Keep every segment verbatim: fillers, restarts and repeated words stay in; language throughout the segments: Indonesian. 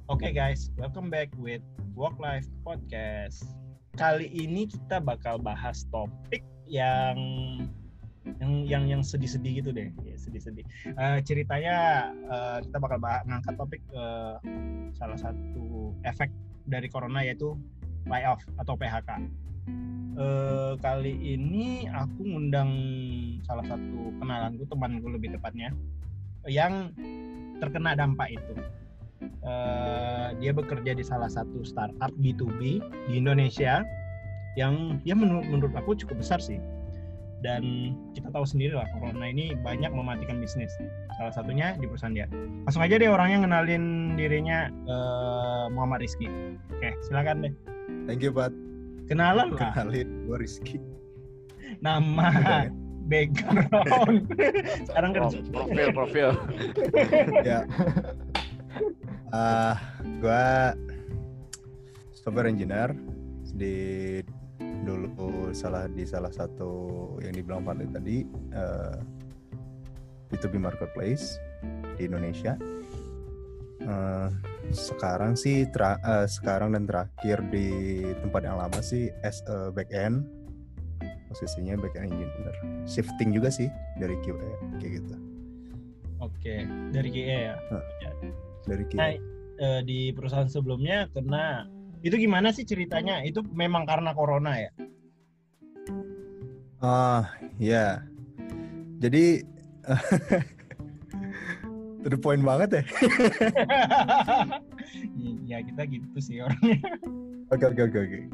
Oke guys, welcome back with Work Life Podcast. Kali ini kita bakal bahas topik yang yang yang, yang sedih-sedih gitu deh, ya, sedih-sedih. Uh, ceritanya uh, kita bakal bahas, ngangkat topik uh, salah satu efek dari corona yaitu layoff atau P H K. Uh, kali ini aku ngundang salah satu kenalanku, temanku lebih tepatnya, yang terkena dampak itu. Uh, dia bekerja di salah satu startup B to B di Indonesia yang ya menurut, menurut aku cukup besar sih. Dan kita tahu sendiri lah, corona ini banyak mematikan bisnis. Salah satunya di perusahaan dia. Langsung aja deh orangnya ngenalin dirinya, uh, Muhammad Rizky. Oke, silakan deh. Thank you, Pat. Kenalan lah. Kenalin, gue Rizky. Nama, background. Sekarang kerja. Profil, profil. Ya. Uh, gue software engineer di dulu salah di salah satu yang dibilang Pak tadi, uh, B to B marketplace di Indonesia. Uh, sekarang sih tra- uh, sekarang dan terakhir di tempat yang lama sih as a back end, posisinya back end engineer, shifting juga sih dari Q A kayak gitu. Oke, dari Q A ya. Uh, dari Q A. Nah, uh, di perusahaan sebelumnya kena. Itu gimana sih ceritanya? Itu memang karena corona ya? Ah, uh, ya. Jadi to the point banget ya. Ya kita gitu sih orangnya. Oke oke oke oke.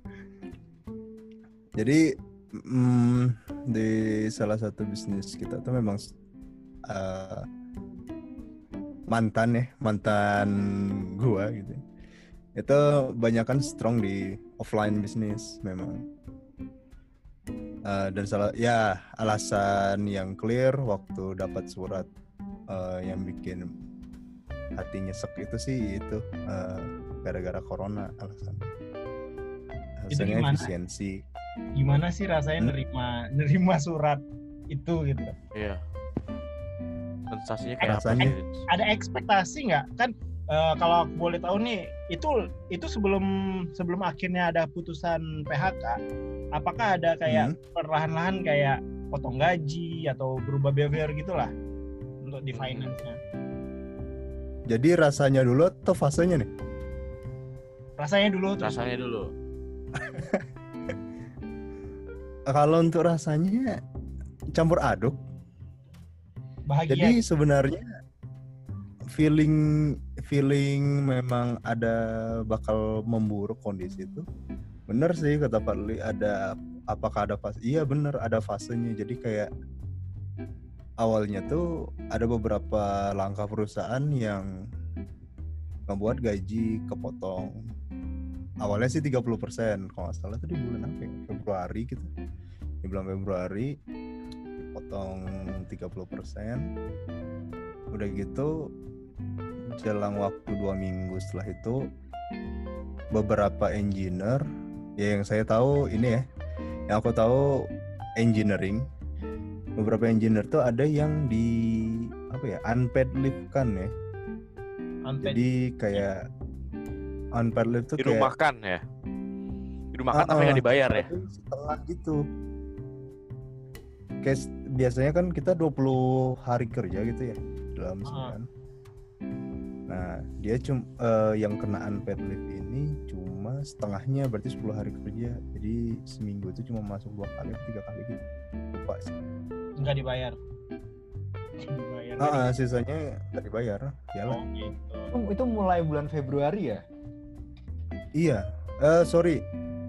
Jadi mm, di salah satu bisnis kita tuh memang uh, mantan ya, mantan gua gitu. Itu banyakan strong di offline bisnis memang. Uh, dan salah ya alasan yang clear waktu dapat surat uh, yang bikin hati nyesek itu sih itu uh, gara-gara corona alasan. Alasannya efisiensi. Gimana sih rasanya hmm? nerima nerima surat itu gitu? Iya. Sensasinya kayak rasanya, apa? Ada ekspektasi nggak? Kan uh, kalau boleh tahu nih, itu itu sebelum sebelum akhirnya ada putusan P H K, apakah ada kayak hmm? perlahan-lahan kayak potong gaji atau berubah behavior gitulah untuk di finance-nya? Jadi rasanya dulu atau fasenya nih? Rasanya dulu. Rasanya terus. dulu. Kalau untuk rasanya campur aduk. Bahagia. Jadi sebenarnya feeling feeling memang ada bakal memburuk kondisi itu. Bener sih kata Pak Li, ada apakah ada fase? Iya bener ada fasenya. Jadi kayak awalnya tuh ada beberapa langkah perusahaan yang membuat gaji kepotong. Awalnya sih tiga puluh persen kalau nggak salah tuh di bulan apa ya? Februari gitu. Di bulan Februari dipotong tiga puluh persen. Udah gitu jelang waktu dua minggu setelah itu beberapa engineer ya yang saya tahu ini ya, yang aku tahu engineering, beberapa engineer tuh ada yang di apa ya unpaid leave kan ya. Unpaid. Jadi kayak unpaid leave tuh kayak dirumahkan ya. Dirumahkan uh, tapi nggak dibayar ya. Setengah gitu. Kayak biasanya kan kita dua puluh hari kerja gitu ya dalam sebulan. Uh. Nah, dia cuma uh, yang kena unpaid leave ini cuma setengahnya, berarti sepuluh hari kerja. Jadi seminggu itu cuma masuk dua kali, tiga kali gitu. Lupa sih. Enggak dibayar. dibayar ah, sisanya enggak dibayar. Yalah. Oh, gitu. Itu, itu mulai bulan Februari ya? Iya. Uh, sorry.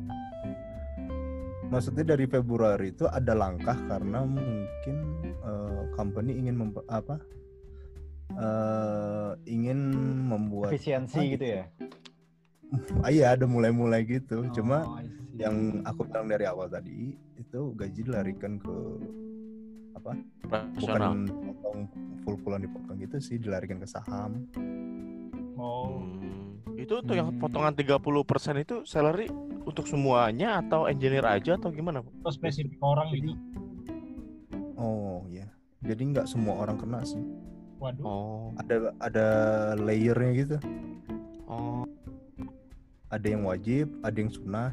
Maksudnya dari Februari itu ada langkah karena mungkin uh, company ingin mem- apa? Uh, ingin membuat efisiensi apa, gitu ya? Ah, iya ada mulai-mulai gitu. Oh, cuma yang aku bilang dari awal tadi itu gaji dilarikan ke apa? Bukan potong full-fullan dipotong gitu sih, dilarikan ke saham. Oh. Hmm. Itu tuh hmm. yang potongan tiga puluh persen itu salary untuk semuanya atau engineer aja atau gimana? Atau spesifik orang gitu? Oh iya. Jadi nggak semua orang kena sih. Waduh. Oh. Ada ada layernya gitu. Oh. Ada yang wajib, ada yang sunnah.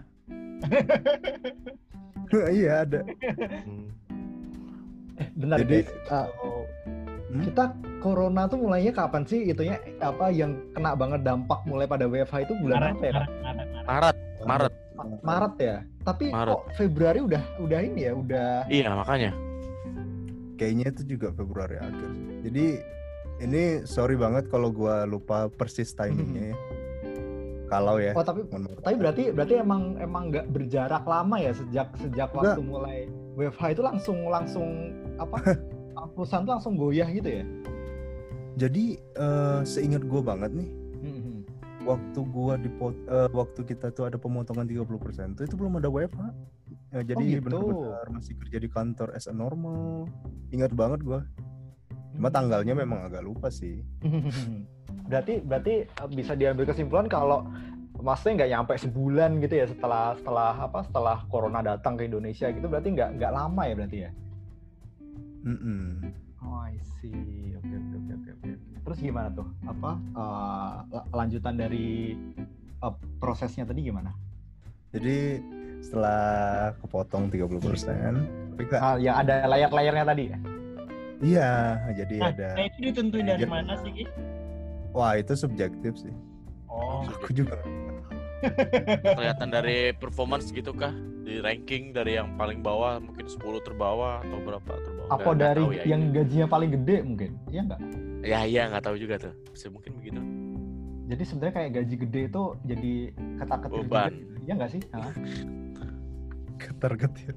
Iya ada. Hmm. Eh, bentar Jadi, guys. Uh, Hmm? kita corona tuh mulainya kapan sih? Itunya apa yang kena banget dampak mulai pada W F H itu bulan Maret, apa ya? Kak? Maret, Maret, Maret. Maret, Maret. Ma- Maret ya. Tapi Maret. kok Februari udah udah ini ya, udah Iya, makanya. Kayaknya itu juga Februari akhir. Jadi ini sorry banget kalau gua lupa persis timingnya ya. Kalau ya. Oh, tapi mohon maaf. tapi berarti berarti emang emang nggak berjarak lama ya sejak sejak waktu mulai W F H itu langsung langsung apa? Perusahaan tuh langsung goyah gitu ya? Jadi eh, seingat gua banget nih, Mhm. waktu gua di waktu kita tuh ada pemotongan tiga puluh persen tuh itu belum ada W F H. Ya, jadi Oh, gitu. benar-benar masih kerja di kantor as a normal. Ingat banget gua. Cuma tanggalnya memang agak lupa sih. berarti berarti uh, bisa diambil kesimpulan kalau maksudnya nggak nyampe sebulan gitu ya setelah setelah apa setelah corona datang ke Indonesia gitu, berarti nggak nggak lama ya berarti ya? Mm-mm. Oh, I see. Oke oke oke oke oke. Terus gimana tuh? Apa uh, la- lanjutan dari uh, prosesnya tadi gimana? Jadi setelah kepotong tiga puluh persen, tapi nggak- Ah, yang ada layar-layarnya tadi ya? iya, jadi Nah, ada. nah, itu ditentuin dari Jadi- mana sih, Ki? Wah, itu subjektif sih. Oh, Aku juga. Kelihatan dari performance gitu kah? Di ranking dari yang paling bawah mungkin sepuluh terbawah atau berapa terbawah? Apa Nggak- nggak dari tahu ya, yang ini. gajinya paling gede mungkin? Iya nggak? Ya iya nggak tahu juga tuh. Bisa mungkin begitu. Jadi sebenarnya kayak gaji gede itu jadi ketar-ketir juga Beban. gitu. Iya nggak sih? Hah? Ketar-ketir.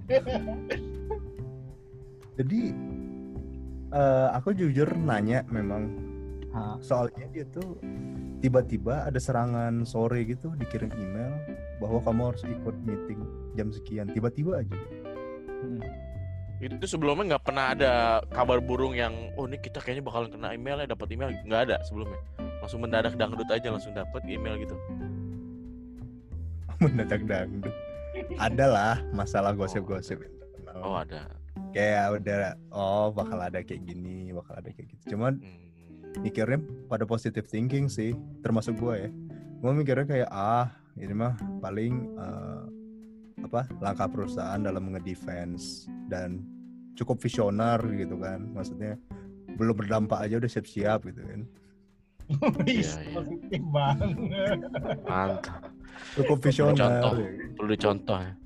Jadi eh, aku jujur nanya memang, Hah? soalnya dia tuh tiba-tiba ada serangan sore gitu, dikirim email bahwa kamu harus ikut meeting jam sekian, tiba-tiba aja. Hmm. Itu sebelumnya nggak pernah ada kabar burung yang oh ini kita kayaknya bakalan kena email ya, dapat email, nggak ada sebelumnya. Langsung mendadak dangdut aja langsung dapat email gitu. Mendadak dangdut. Ada lah masalah gosip-gosip internal. Oh ada. Kayak udah, oh bakal ada kayak gini, bakal ada kayak gitu. Cuman Hmm. mikirnya pada positive thinking sih, termasuk gue ya. Gue mikirnya kayak ah ini mah paling eh, apa langkah perusahaan dalam ngedefense dan cukup visioner gitu kan. Maksudnya belum berdampak aja udah siap-siap gitu kan. wih, Iya, iya. positif banget. Mantap. Cukup Perlu visioner. contoh, ya. perlu dicontoh ya.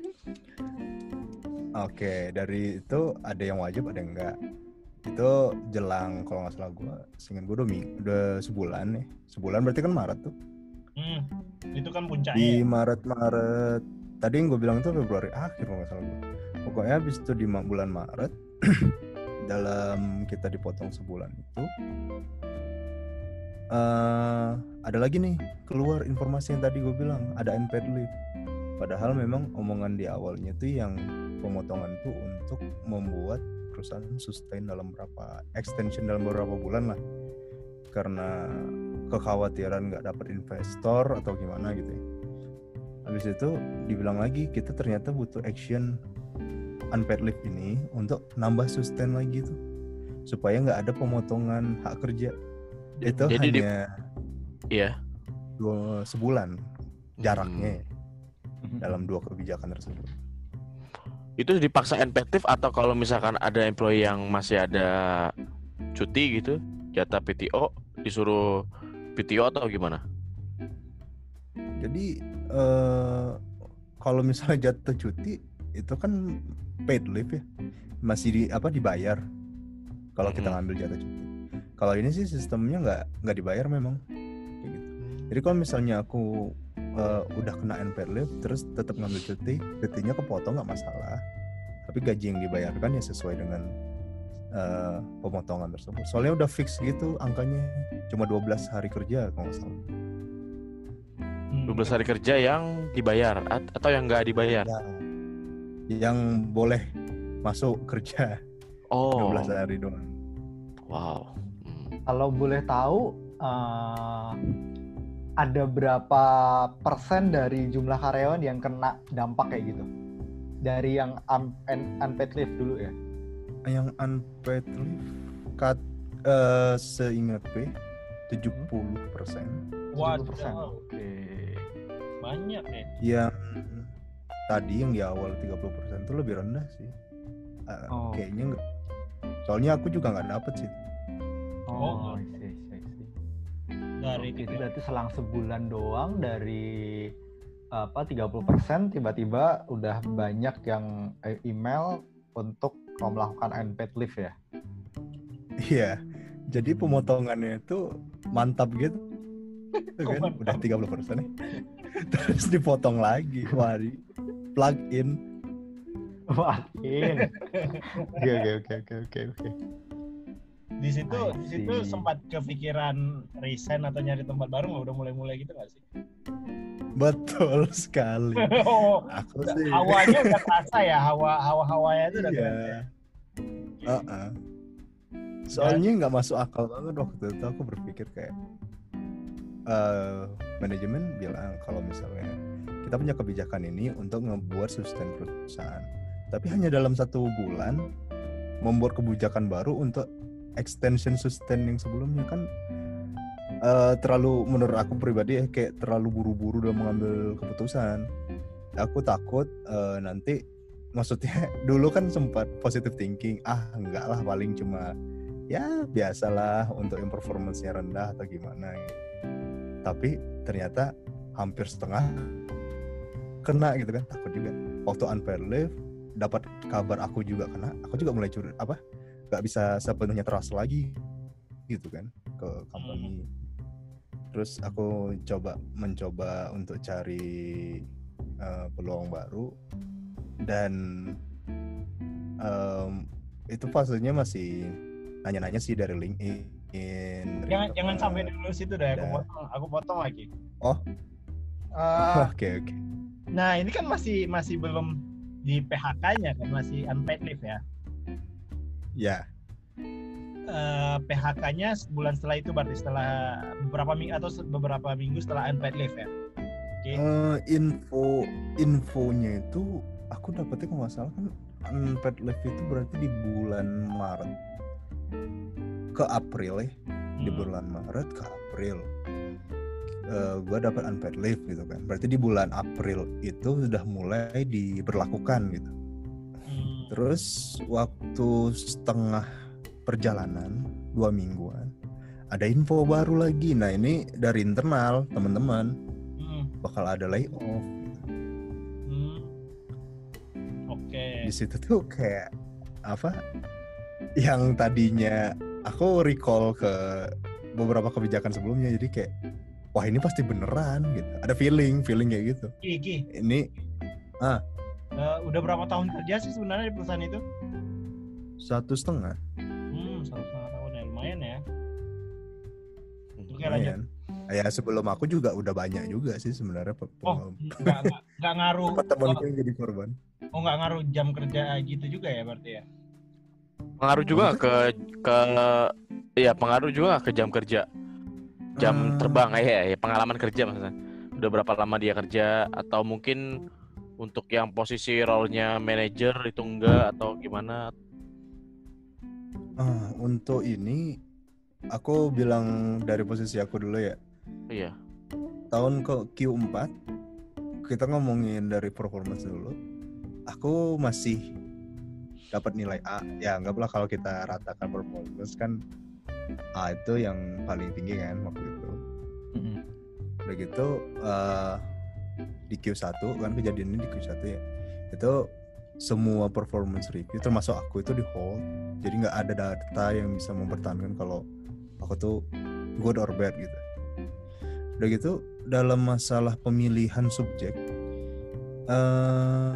Oke, dari itu ada yang wajib, ada yang enggak. Itu jelang kalau nggak salah gue, seingat gue udah, ming- udah sebulan nih. Sebulan berarti kan Maret tuh. Hmm, itu kan puncaknya. Di ya. Maret-Maret, tadi yang gue bilang itu Februari akhir kalau nggak salah gue. Pokoknya habis itu di ma- bulan Maret, dalam kita dipotong sebulan itu, eh ada lagi nih keluar informasi yang tadi gue bilang, ada unpaid leave. Padahal memang omongan di awalnya tuh yang pemotongan tuh untuk membuat perusahaan sustain dalam berapa extension dalam beberapa bulan lah, karena kekhawatiran nggak dapat investor atau gimana gitu ya. Habis itu dibilang lagi kita ternyata butuh action unpaid leave ini untuk nambah sustain lagi tuh, supaya nggak ada pemotongan hak kerja. Itu Jadi di- hanya Iya. dua sebulan jaraknya ya, Hmm. dalam dua kebijakan tersebut. Itu dipaksa unpaid atau kalau misalkan ada employee yang masih ada cuti gitu, jatah P T O disuruh P T O atau gimana? Jadi eh, kalau misalnya jatuh cuti itu kan paid leave ya, masih di apa dibayar kalau kita Mhm. ngambil jatah cuti. Kalau ini sih sistemnya nggak nggak dibayar memang kayak gitu. Jadi kalau misalnya aku eh, udah kena unpaid leave terus tetap ngambil cuti, cutinya kepotong nggak masalah. Tapi gaji yang dibayarkan ya sesuai dengan eh, pemotongan tersebut. Soalnya udah fix gitu angkanya, cuma dua belas hari kerja kalau nggak salah. Hmm. dua belas hari kerja yang dibayar at- atau yang nggak dibayar? Ya, yang boleh masuk kerja Oh. dua belas hari doang. Wow. Hmm. Kalau boleh tahu eh, ada berapa persen dari jumlah karyawan yang kena dampak kayak gitu? Dari yang un- un- unpaid leave dulu ya. Yang unpaid leave kat, eh, seingat gue tujuh puluh persen. Waduh, tujuh puluh persen. Oke. banyak ya. Yang tadi yang di awal tiga puluh persen itu lebih rendah sih. Uh, Oh. Kayaknya enggak. Soalnya aku juga nggak dapet sih. Oh, Oh, I see, I see. Dari Oke, itu tiga- berarti selang sebulan doang dari apa tiga puluh persen tiba-tiba udah banyak yang eh, email untuk melakukan unpaid leave ya. Iya. Jadi pemotongannya itu mantap gitu. Itu kan Mantap. udah tiga puluh persen nih. Terus dipotong lagi. Wah, di plug in. Makin. Oke oke oke oke oke oke. Di situ I di situ see. sempat kepikiran resign atau nyari tempat baru nggak, udah mulai-mulai gitu nggak sih? Betul sekali. Oh, Aku sih. hawanya udah terasa ya, hawa hawa hawanya itu udah Iya. terasa ya. Uh-uh. Soalnya nggak masuk akal banget waktu itu. Aku berpikir kayak eh manajemen bilang kalau misalnya kita punya kebijakan ini untuk ngebuat sustain perusahaan, tapi hanya dalam satu bulan membuat kebijakan baru untuk extension sustain yang sebelumnya kan eh, terlalu, menurut aku pribadi ya, kayak terlalu buru-buru dalam mengambil keputusan. Aku takut eh, nanti, maksudnya dulu kan sempat positive thinking, ah enggak lah paling cuma ya biasalah untuk yang performance-nya rendah atau gimana gitu. Tapi ternyata hampir setengah kena gitu kan, takut juga. Waktu unpaid leave dapat kabar aku juga kena, aku juga mulai curi apa nggak bisa sepenuhnya trust lagi gitu kan ke company. Terus aku coba mencoba untuk cari uh, peluang baru, dan um, itu fasenya masih nanya-nanya sih dari LinkedIn. Jangan dari jangan tempat. sampai dulu situ deh, aku Ada. potong, aku potong lagi. Oh. Eh, Oke oke. nah ini kan masih masih belum di P H K-nya kan, masih unpaid leave ya. Ya. Eh, P H K-nya sebulan setelah itu, berarti setelah beberapa minggu atau se- beberapa minggu setelah unpaid leave ya. Oke. Eh, info infonya itu aku dapetnya kalau nggak salah kan unpaid leave itu berarti di bulan Maret ke April ya, di Hmm. bulan Maret ke April uh, gue dapat unpaid leave gitu kan, berarti di bulan April itu sudah mulai diberlakukan gitu. Hmm. Terus waktu setengah perjalanan dua mingguan ada info baru lagi. Nah ini dari internal teman-teman Hmm. bakal ada layoff. Hmm. Oke. Di situ tuh kayak apa? Yang tadinya aku recall ke beberapa kebijakan sebelumnya, jadi kayak wah ini pasti beneran gitu. Ada feeling, feeling kayak gitu. Ki, Ki, Ini eh, udah berapa tahun kerja sih sebenarnya di perusahaan itu? satu setengah. Hmm, satu setengah tahun ya, lumayan ya. Oke, lanjut. Lumayan. Ya sebelum aku juga udah banyak juga sih sebenarnya pe- Oh, pe- nggak nggak nggak ngaruh. teman-temanku yang jadi korban. Oh, nggak ngaruh jam kerja gitu juga ya berarti ya? Pengaruh juga nggak ke ke ya pengaruh juga nggak ke jam kerja, jam Hmm. terbang ya, ya pengalaman kerja maksudnya. Udah berapa lama dia kerja, atau mungkin untuk yang posisi role-nya manager itu enggak, atau gimana? Ah, untuk ini aku bilang dari posisi aku dulu ya. Iya. Tahun ke Q empat kita ngomongin dari performance dulu. Aku masih dapat nilai A. Ya anggaplah kalau kita ratakan performance kan A itu yang paling tinggi kan waktu itu. Mm-mm. Udah gitu uh, di Q satu kan, kejadian ini di Q satu ya. Itu semua performance review termasuk aku itu di hold. Jadi nggak ada data yang bisa mempertahankan kalau aku tuh good or bad gitu. Udah gitu dalam masalah pemilihan subjek uh,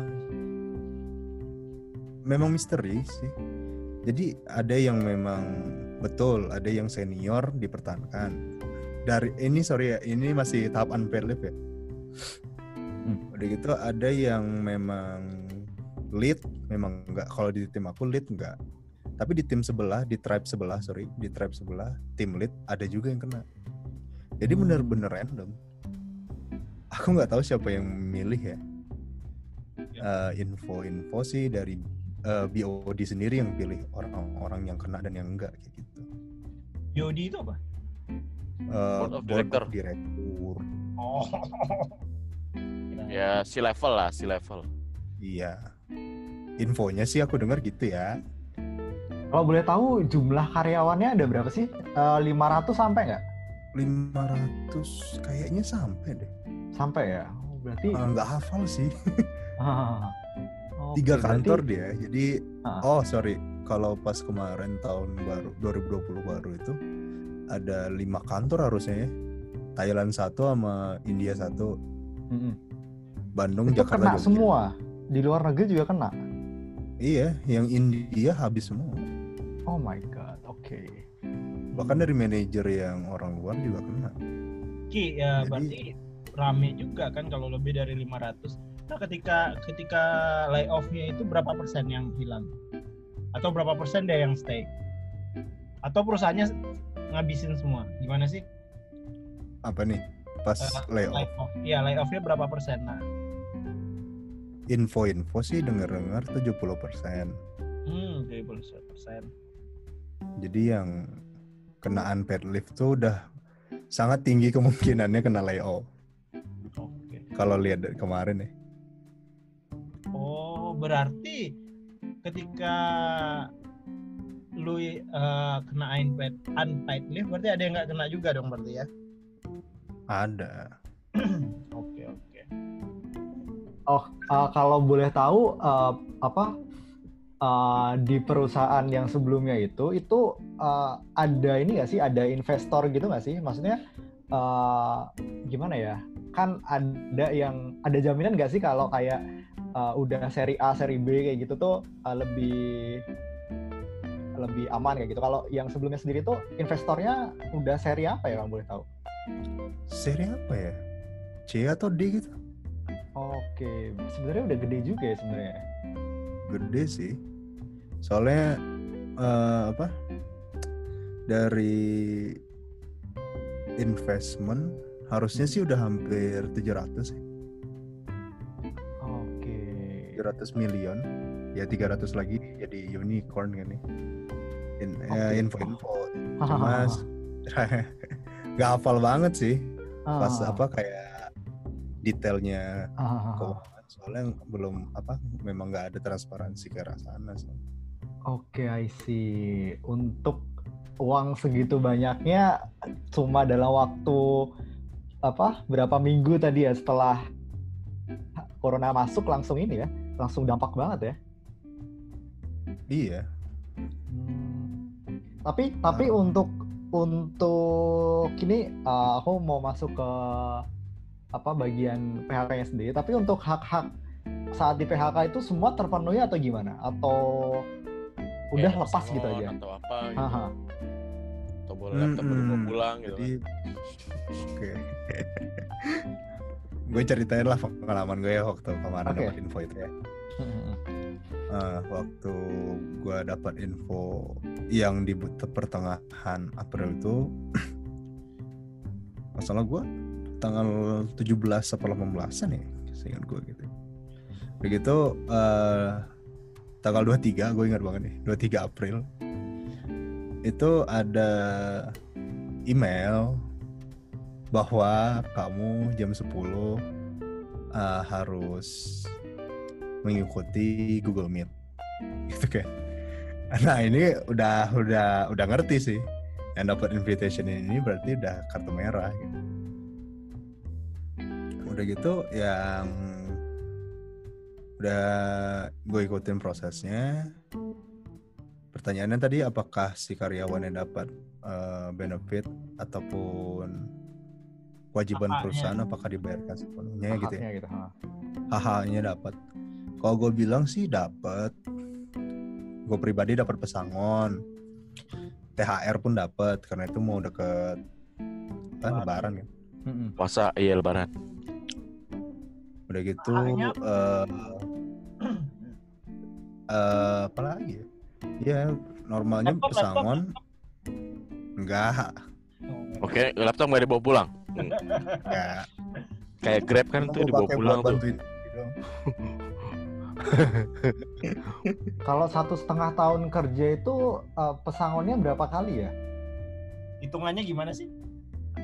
memang misteri sih. Jadi ada yang memang betul, ada yang senior dipertahankan. Dari ini sorry ya, ini masih tahap unpaid leave ya. Hmm. Udah gitu ada yang memang lead, memang enggak. Kalau di tim aku lead enggak. Tapi di tim sebelah, di tribe sebelah, sorry, di tribe sebelah, tim lead ada juga yang kena. Jadi Hmm. bener-bener random. Aku nggak tahu siapa yang milih ya. Ya. Uh, info-info sih dari uh, B O D sendiri yang pilih orang-orang yang kena dan yang enggak kayak gitu. B O D itu apa? uh, Board of director. director. Oh. Ya si level lah, si level. Iya. Infonya sih aku dengar gitu ya. Kalau boleh tahu jumlah karyawannya ada berapa sih? Uh, lima ratus sampai nggak? lima ratus kayaknya sampai deh. Sampai ya? Oh, berarti Uh, nggak hafal sih. Ah, oke, Tiga kantor berarti- dia. Jadi Ah. oh sorry, kalau pas kemarin tahun baru dua ribu dua puluh baru itu ada lima kantor harusnya ya. Thailand satu sama India satu, Mm-mm. Bandung, Itu Jakarta, kena Jogja. semua. Di luar negeri juga kena. Iya, yang India habis semua. Oh my god, oke. Bahkan dari manajer yang orang luar juga kena. Ki, ya Jadi- berarti rame juga kan kalau lebih dari lima ratus. Nah, ketika ketika layoff-nya itu berapa persen yang hilang? Atau berapa persen deh yang stay? Atau perusahaannya ngabisin semua? Gimana sih? Apa nih? Pas Eh, layoff. Layoff. Iya, layoff-nya berapa persen? Nah, Info-info sih dengar-dengar tujuh puluh persen. hmm, tujuh puluh persen. Jadi yang kena unpaid leave tuh udah sangat tinggi kemungkinannya kena layoff. Oke. Kalau lihat dari kemarin ya. Oh, berarti ketika lu eh, kena unpaid, unpaid leave, berarti ada yang nggak kena juga dong berarti ya? Ada. Oke, oke. Oh, uh, kalau boleh tahu uh, apa uh, di perusahaan yang sebelumnya itu itu uh, ada ini nggak sih? Ada investor gitu nggak sih? Maksudnya uh, gimana ya? Kan ada yang ada jaminan nggak sih kalau kayak uh, udah seri A, seri B kayak gitu tuh uh, lebih lebih aman kayak gitu. Kalau yang sebelumnya sendiri tuh investornya udah seri apa ya, kalau boleh tahu? Seri apa ya? C atau D gitu? Oke, sebenarnya udah gede juga ya sebenarnya. Gede sih. Soalnya eh, apa? Dari investment harusnya sih udah hampir tujuh ratus ya. Oke. tujuh ratus miliar. Ya tiga ratus lagi jadi unicorn kan nih. In, ya, Oke. info-info. Cuma nggak hafal banget sih. Pas Ah. apa kayak detailnya Ah. keuangan, soalnya belum apa memang nggak ada transparansi ke arah sana sih. Oke, I see. Untuk uang segitu banyaknya cuma dalam waktu apa berapa minggu tadi ya setelah corona masuk langsung ini ya, langsung dampak banget ya. Iya. Hmm. Tapi tapi untuk untuk kini uh, aku mau masuk ke apa bagian P H K-nya sendiri. Tapi untuk hak-hak saat di P H K itu semua terpenuhi atau gimana? Atau udah Kayak lepas pesangon gitu aja? atau apa gitu. Haha. Atau boleh laptop baru Mm-mm. bawa pulang gitu Jadi, kan. oke. Gue ceritain lah pengalaman gue ya waktu kemarin Oke. dapat info itu ya. Hmm. Eh, waktu gue dapat info yang di but- pertengahan April itu, masalah gue tanggal tujuh belas atau delapan belasan ya, seingat gue gitu. Begitu eh, tanggal dua puluh tiga, gue ingat banget nih, dua puluh tiga April itu ada email bahwa kamu jam sepuluh uh, harus mengikuti Google Meet gitu kan. Nah ini udah udah udah ngerti sih, yang dapat invitation ini berarti udah kartu merah gitu. Udah gitu yang udah gue ikutin prosesnya. Pertanyaannya tadi, apakah si karyawan yang dapat uh, benefit ataupun kewajiban H H-nya. perusahaan apakah dibayarkan sepenuhnya gitu ya? Haknya gitu. ha. H H-nya dapat. Kalau gue bilang sih dapat. Gue pribadi dapat pesangon. T H R pun dapat karena itu mau deket kan lebaran kan. Mm-mm. Puasa iya lebaran. Udah gitu H H-nya eh eh, apa lagi ya? Ya normalnya Laptop, pesangon. Enggak, Oke, laptop nggak dibawa pulang. Hmm. enggak. Kayak Grab kan tuh Gua dibawa pakai pulang buat tuh. bantuin gitu. Kalau satu setengah tahun kerja itu uh, pesangonnya berapa kali ya? hitungannya gimana sih?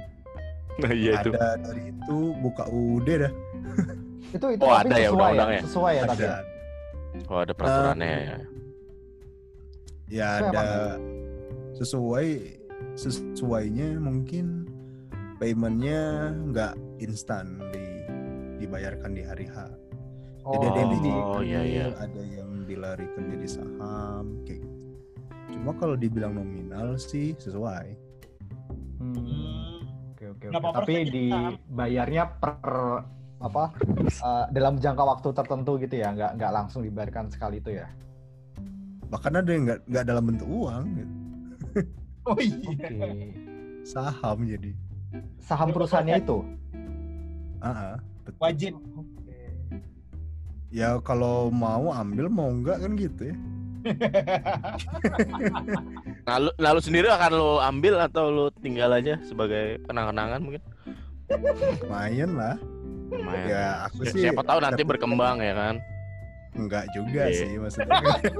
Nah, iya itu. Ada dari itu buka U D dah. Itu itu Oh, tapi ada ya sesuai undang-undangnya? Sesuai ya tapi. Ada. ya? Oh, ada peraturannya Eh, ya. Ya Sesuai apa ada sesuai sesuainya mungkin paymentnya nggak instan di, dibayarkan di hari H. Jadi ada yang Oh, dicicil, Oh, iya, iya. ada yang dilarikan jadi saham kayak gitu. Cuma kalau dibilang nominal sih sesuai. hmm, Hmm. oke oke Berapa oke. Tapi persen kita? dibayarnya per apa? eh, dalam jangka waktu tertentu gitu ya, nggak nggak langsung dibayarkan sekali itu ya. Bahkan ada yang nggak nggak dalam bentuk uang, gitu. Oh iya. Oke. Saham jadi. Saham Berapa perusahaannya persen? itu. Ah, ah, betul. Wajib. Ya kalau mau ambil mau enggak kan gitu ya. Nah lu, nah, lu sendiri akan lu ambil atau lu tinggal aja sebagai kenang-kenangan mungkin? Lumayan lah. Lumayan. Ya aku Si- sih Siapa tahu nanti sertifikat- berkembang ya kan? Enggak juga Iya. sih maksudnya.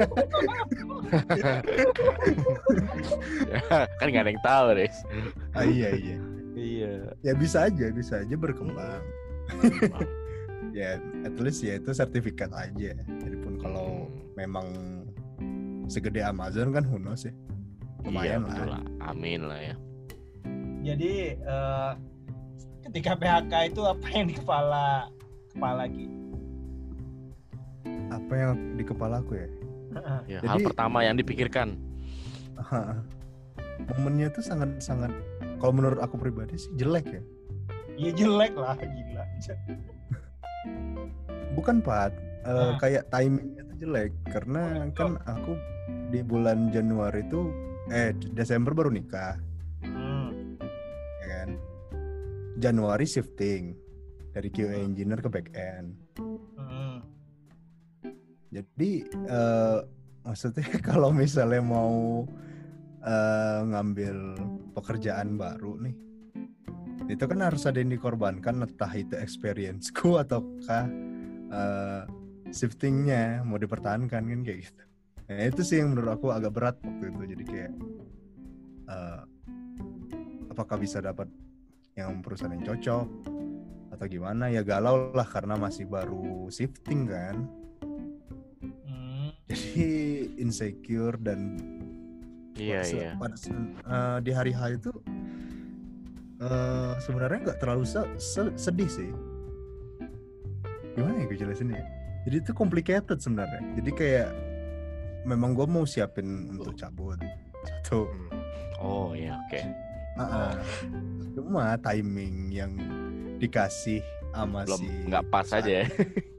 Kan nggak ada yang tahu, Riz. Ah, iya iya. Iya. Ya bisa aja, bisa aja berkembang. Ya at least ya itu sertifikat aja. Jadi pun kalau memang segede Amazon kan who knows ya. Iya, Lumayan betul lah. lah. Amin lah ya. Jadi eh, ketika P H K itu apa yang di kepala kepala Ki? Apa yang di kepalaku ya? Ya, Jadi- hal pertama yang dipikirkan. Momennya tuh sangat-sangat kalau menurut aku pribadi sih jelek ya. Ya jelek lah, gila. Bukan Pat, eh, Ah. kayak timingnya tuh jelek karena kan aku di bulan Januari itu eh Desember baru nikah, Hmm. ya kan? Januari shifting dari Q A engineer ke back end. Hmm. Jadi eh, maksudnya kalau misalnya mau eh, ngambil pekerjaan baru nih, itu kan harus ada yang dikorbankan, entah itu experience-ku ataukah eh, shiftingnya mau dipertahankan kan kayak gitu. Nah itu sih yang menurut aku agak berat waktu itu. Jadi kayak eh, apakah bisa dapat yang perusahaan yang cocok atau gimana, ya galau lah karena masih baru shifting kan. Hmm. Jadi insecure dan Iya, se- iya. pada se- eh, di hari H itu eh, sebenarnya nggak terlalu se- se- sedih sih. Gimana ya gue jelasin ya? Jadi itu complicated sebenarnya. Jadi kayak memang gue mau siapin untuk cabut satu. Oh, iya, oke. Ah, ah. Cuma timing yang dikasih sama Belum si nggak pas aja ya.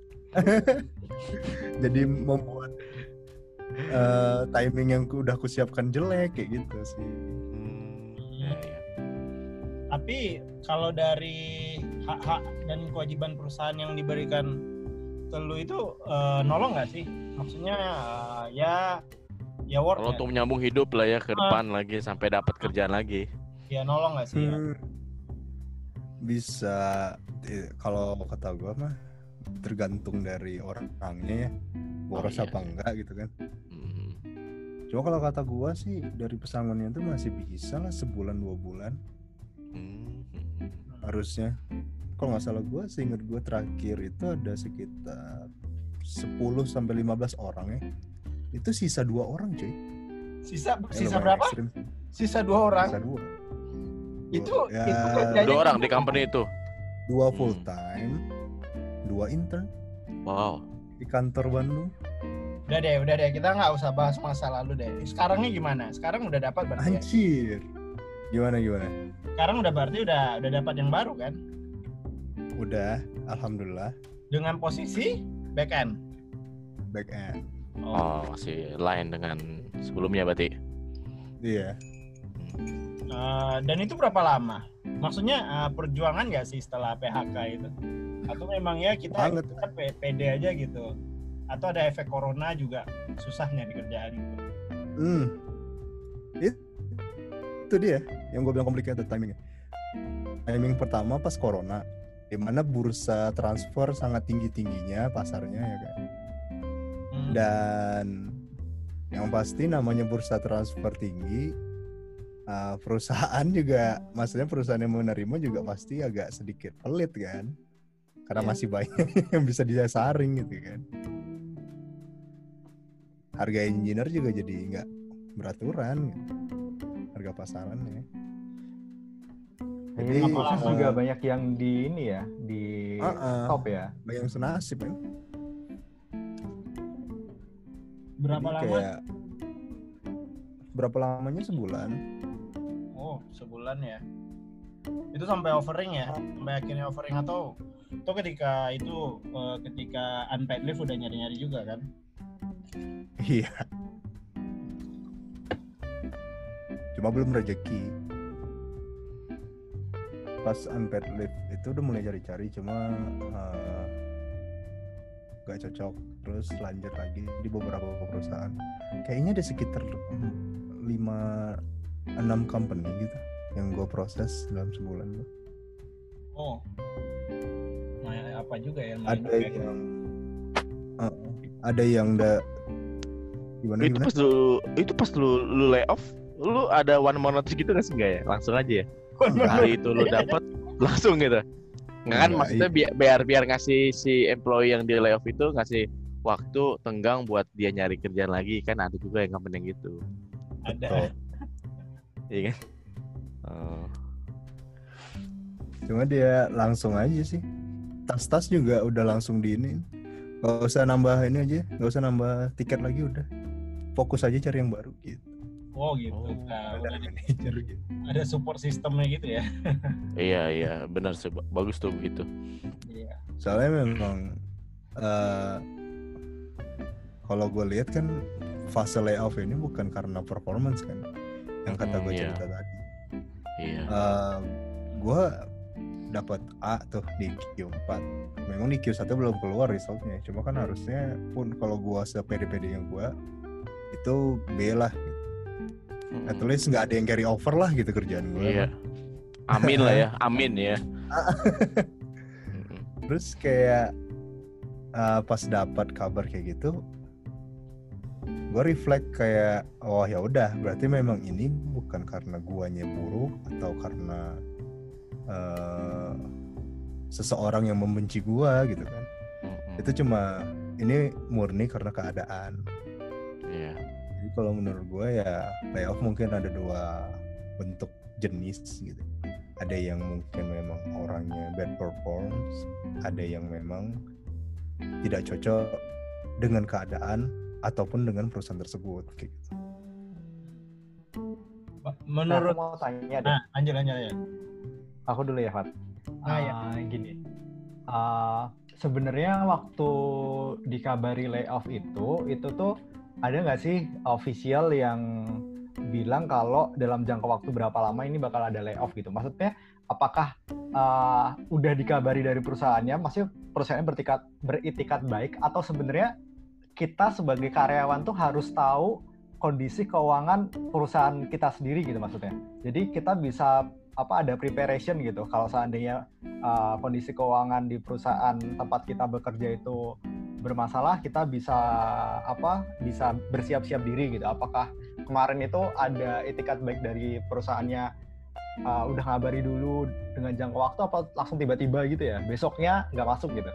jadi membuat eh, timing yang ku- udah kusiapkan jelek kayak gitu sih. Hmm, iya, iya. Tapi kalau dari hak-hak dan kewajiban perusahaan yang diberikan ke lu itu eh, nolong nggak sih? Maksudnya eh, ya ya worth Kalau ya, untuk menyambung hidup lah ya ke Ah. depan lagi sampai dapat kerjaan lagi. ya nolong nggak sih? Ya? Hmm, bisa eh, kalau kata gua mah tergantung dari orangnya ya, boros iya apa sih. enggak gitu kan. Hmm. Cuma kalau kata gua sih dari pesangonnya itu masih bisa lah sebulan dua bulan Hmm. harusnya. Kalau nggak salah gua, seingat gua terakhir itu ada sekitar sepuluh sampai lima belas orang ya. Itu sisa dua orang cuy. Sisa Ya, sisa lumayan berapa? ekstrim. Sisa dua orang. Sisa dua. Itu Ya, itu kerjanya Dua orang di gimana? company itu. Dua Hmm. full time, dua intern Wow. di kantor Bandung. Udah deh, udah deh. Kita nggak usah bahas masa lalu deh. Sekarangnya gimana? Sekarang udah dapat berarti ya? Anjir. Gimana gimana? Sekarang udah berarti udah udah dapat yang baru kan? Udah, alhamdulillah Dengan posisi back end. back end. Oh, masih lain dengan sebelumnya berarti. Iya. Eh, dan itu berapa lama? Maksudnya eh, perjuangan nggak sih setelah P H K itu? Atau memang ya kita, Banget. kita pe- pede aja gitu? Atau ada efek corona juga susah nyari kerjaan gitu? Hmm. It, itu dia yang gue bilang complicated timingnya. Timing pertama pas corona, di mana bursa transfer sangat tinggi tingginya pasarnya ya kan. Hmm. Dan yang pasti namanya bursa transfer tinggi, uh, perusahaan juga, maksudnya perusahaan yang menerima juga pasti agak sedikit pelit kan, karena Iya. masih banyak yang bisa disaring gitu kan. Harga engineer juga jadi nggak beraturan gitu, harga pasarannya. Jadi Jadi khusus uh, juga banyak yang di ini ya, di uh-uh, top ya. banyak yang senasib kan. Berapa Jadi lama? kayak berapa lamanya sebulan? Oh, sebulan ya. Itu sampai offering ya? Sampai akhirnya offering atau atau ketika itu eh, ketika unpaid leave udah nyari-nyari juga kan? Iya. Cuma belum rezeki. Pas unpaid leave itu udah mulai cari-cari, cuma uh, gak cocok, terus lanjut lagi di beberapa perusahaan. Kayaknya ada sekitar lima enam company gitu yang gue proses dalam sebulan tuh. Oh, lumayan apa juga ya? Lumayan Ada juga ya. yang uh, ada yang udah gimana Itu gimana? pas lu itu pas lu lu lay off, lu ada one more notice gitu nggak sih, nggak ya? Langsung aja ya. Hari itu lu dapat langsung gitu. Nggak kan, Nggak, maksudnya biar biar biar ngasih si employee yang di layoff itu ngasih waktu tenggang buat dia nyari kerjaan lagi, kan ada juga yang company gitu. Ada. Betul. Iya kan? Oh. Cuma dia langsung aja sih. Tas-tas juga udah langsung di ini. Gak usah nambah ini aja, gak usah nambah tiket lagi, udah. Fokus aja cari yang baru gitu. Oh gitu. Oh. Nah, Ada udah di- manajer gitu. ada support sistemnya gitu ya. Iya iya benar sih, bagus tuh begitu. Iya. Soalnya memang uh, kalau gue lihat kan fase layoff ini bukan karena performance kan, yang kata gue Hmm, iya. cerita tadi. Iya. Uh, gue dapat A tuh di Q empat. Memang di Q satu belum keluar resultnya, cuma kan harusnya pun kalau gue sepede-pede yang gue itu B lah. Mm-mm. At least nggak ada yang carry over lah gitu kerjaan gue. Iya. Amin lah ya, amin ya. Mm-mm. Terus kayak uh, pas dapat kabar kayak gitu, gue reflect kayak, oh ya udah, berarti memang ini bukan karena guanya buruk atau karena uh, seseorang yang membenci gua gitu kan. Mm-mm. Itu cuma ini murni karena keadaan. Iya. Jadi kalau menurut gue ya layoff mungkin ada dua bentuk jenis gitu. Ada yang mungkin memang orangnya bad performance, ada yang memang tidak cocok dengan keadaan ataupun dengan perusahaan tersebut kayak gitu. Pak, Nah, menurut aku mau tanya deh. nah lanjut lanjut ya. Aku dulu ya, Fat. Ah, ya. Ah, gini. Ah, sebenarnya waktu dikabari layoff itu, itu tuh ada nggak sih official yang bilang kalau dalam jangka waktu berapa lama ini bakal ada layoff gitu? Maksudnya apakah ah, udah dikabari dari perusahaannya, maksudnya perusahaannya bertikat beritikat baik, atau sebenarnya kita sebagai karyawan tuh harus tahu kondisi keuangan perusahaan kita sendiri gitu maksudnya. Jadi kita bisa apa ada preparation gitu kalau seandainya uh, kondisi keuangan di perusahaan tempat kita bekerja itu bermasalah, kita bisa apa bisa bersiap-siap diri gitu. Apakah kemarin itu ada etikat baik dari perusahaannya, uh, udah ngabari dulu dengan jangka waktu, apa langsung tiba-tiba gitu ya besoknya nggak masuk gitu?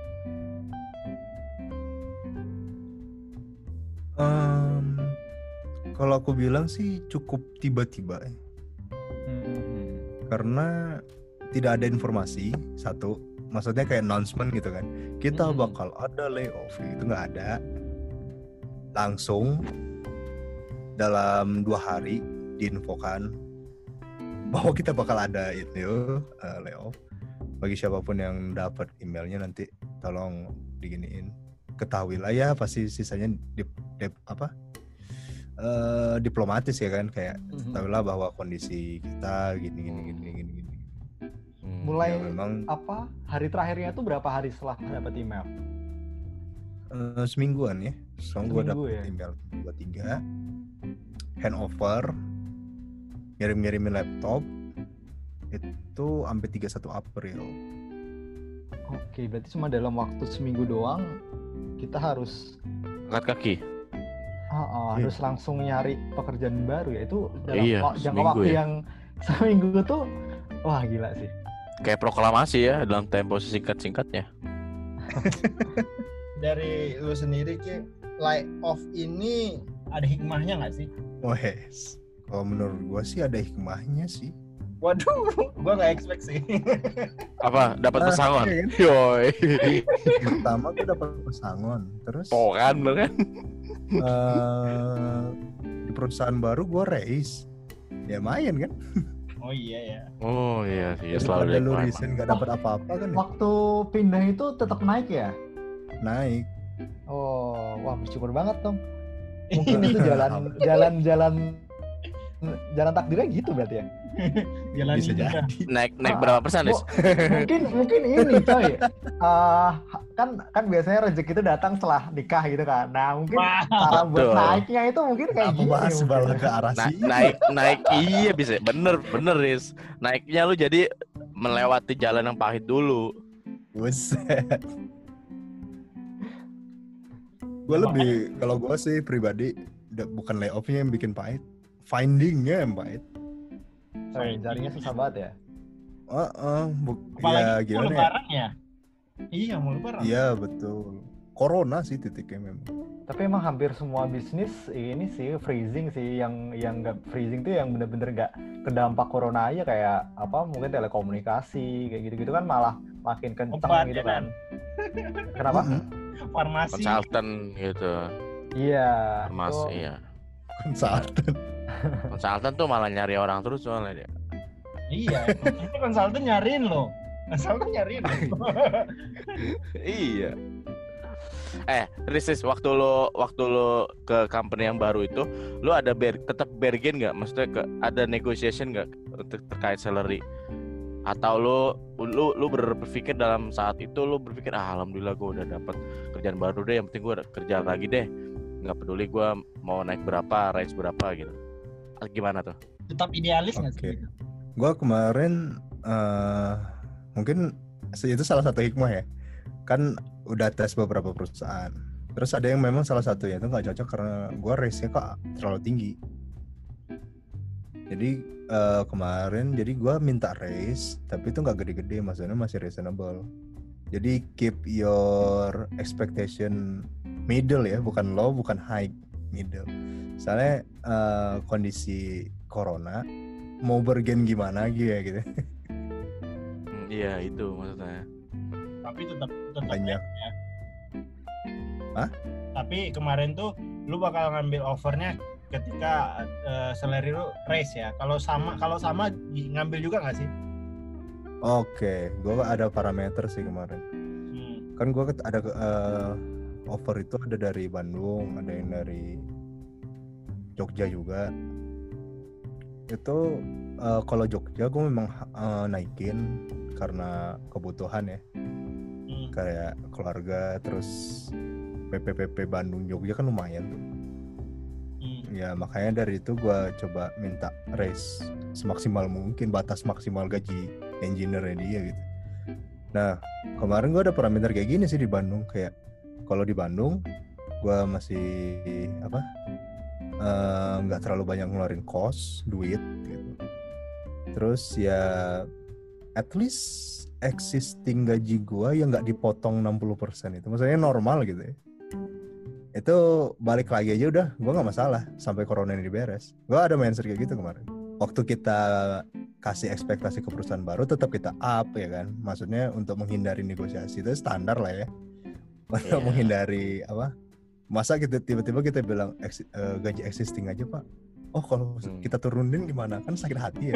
Um, kalau aku bilang sih cukup tiba-tiba ya. Hmm. Karena tidak ada informasi satu, maksudnya kayak announcement gitu kan, kita Hmm. bakal ada layoff gitu, nggak ada. Langsung dalam dua hari diinfokan bahwa kita bakal ada itu uh, layoff. Bagi siapapun yang dapat emailnya nanti tolong diginiin, ketahuilah ya, pasti sisanya di, di apa uh, diplomatis ya kan, kayak ketahuilah bahwa kondisi kita gini gini gini gini gini. Hmm. Mulai Ya, memang apa hari terakhirnya tuh berapa hari setelah dapat email? uh, semingguan ya. Soalnya gue Seminggu dapet ya? email dua tiga, handover, ngirim-ngirimin laptop itu sampai tiga puluh satu April. Oke, berarti cuma dalam waktu seminggu doang kita harus Angkat kaki. Oh, oh, Iya. harus langsung nyari pekerjaan baru ya itu dalam Iya, wa- jangka seminggu waktu ya. yang seminggu tuh wah gila sih. Kayak proklamasi ya dalam tempo singkat-singkatnya. Dari lu sendiri Ki, lay off ini ada hikmahnya nggak sih? Wes, kalau menurut gua sih ada hikmahnya sih. Waduh, gua nggak expect sih. Apa? Dapat Ah, pesangon? iya kan? Yoi. Pertama gua dapat pesangon, terus Oh kan, bener kan? eh, di perusahaan baru gua raise. Ya main kan? Oh iya ya. Oh iya sih, Daripada selalu lu ada resign gak dapat apa-apa kan ya? Waktu pindah itu tetap naik ya? Naik. Oh, wah bersyukur banget Tom. Mungkin itu jalan jalan jalan jalan takdirnya gitu berarti ya. Jalan Bisa hijrah. jadi. naik naik Ah, berapa persen, Nis? Bo- mungkin mungkin ini coy. Ah, kan kan biasanya rezeki itu datang setelah nikah gitu kan. Nah, mungkin Wah, cara buat betul. naiknya itu mungkin kayak Aku gini. bahas mungkin. balik ke arah Na- sini. naik naik iya bisa bener bener Riz. Naiknya lu jadi melewati jalan yang pahit dulu. Buset. Gue lebih, kalau gue sih pribadi da- bukan layoff-nya yang bikin pahit, finding-nya yang pahit. Oh, jarinya susah banget ya. Oh, oh, bu- apalagi ya mau gimana ya? lebaran ya? Iya mau lebaran. Iya betul. Corona sih titiknya memang. Tapi emang hampir semua bisnis ini sih freezing sih, yang yang nggak freezing tuh yang bener-bener nggak kedampak corona aja, kayak apa mungkin telekomunikasi kayak gitu-gitu kan malah makin kenceng Obat, gitu ya kan. Kenapa? Mm-mm. Farmasi. Konsultan gitu. Iya. Mas itu- iya. Konsultan. Konsultan tuh malah nyari orang terus soalnya dia. Iya. Itu konsultan nyariin lo. Konsultan nyariin lo. Iya. Eh, Risis, waktu lo waktu lo ke company yang baru itu, lo ada ber, tetap bargain nggak? Maksudnya ke, ada negotiation nggak untuk terkait salary? Atau lo lo lo berpikir dalam saat itu lo berpikir ah, alhamdulillah gue udah dapat kerjaan baru deh, yang penting gue kerja lagi deh, nggak peduli gue mau naik berapa, raise berapa gitu. Gimana tuh? Tetap idealis nggak Oke. sih? Gue kemarin eh, mungkin itu salah satu hikmah ya. Kan udah tes beberapa perusahaan. Terus ada yang memang salah satu ya itu nggak cocok karena gue raise-nya kok terlalu tinggi. Jadi eh, kemarin jadi gue minta raise tapi itu nggak gede-gede, maksudnya masih reasonable. Jadi keep your expectation middle ya, bukan low, bukan high, middle. Soalnya eh, kondisi corona mau bergen gimana gitu ya gitu. Hmm, iya itu maksudnya. Tapi tetap tetap Banyak. ya. Hah? Tapi kemarin tuh lu bakal ngambil offernya ketika uh, salary lu raise ya. Kalau sama kalau sama di- ngambil juga nggak sih? Oke, gue ada parameter sih kemarin. Hmm. Kan gue ada eh, offer itu ada dari Bandung, ada yang dari Jogja juga. Itu eh, kalau Jogja gue memang eh, naikin karena kebutuhan ya, Hmm. kayak keluarga, terus P P P P Bandung Jogja kan lumayan tuh. Hmm. Ya makanya dari itu gue coba minta raise semaksimal mungkin, batas maksimal gaji engineer-nya dia gitu. Nah kemarin gue ada parameter kayak gini sih di Bandung, kayak kalau di Bandung gue masih apa eh, nggak terlalu banyak ngeluarin cost duit gitu. Terus ya at least existing gaji gue yang nggak dipotong enam puluh persen itu, maksudnya normal gitu ya. Itu balik lagi aja udah, gue nggak masalah sampai corona ini beres. Gue ada mindset kayak gitu kemarin. Waktu kita kasih ekspektasi ke perusahaan baru, tetap kita up ya kan. Maksudnya untuk menghindari negosiasi itu standar lah ya. Untuk Iya. menghindari apa? Masa kita tiba-tiba kita bilang ex, eh, gaji existing aja pak. Oh kalau Hmm. kita turunin gimana? Kan sakit hati ya.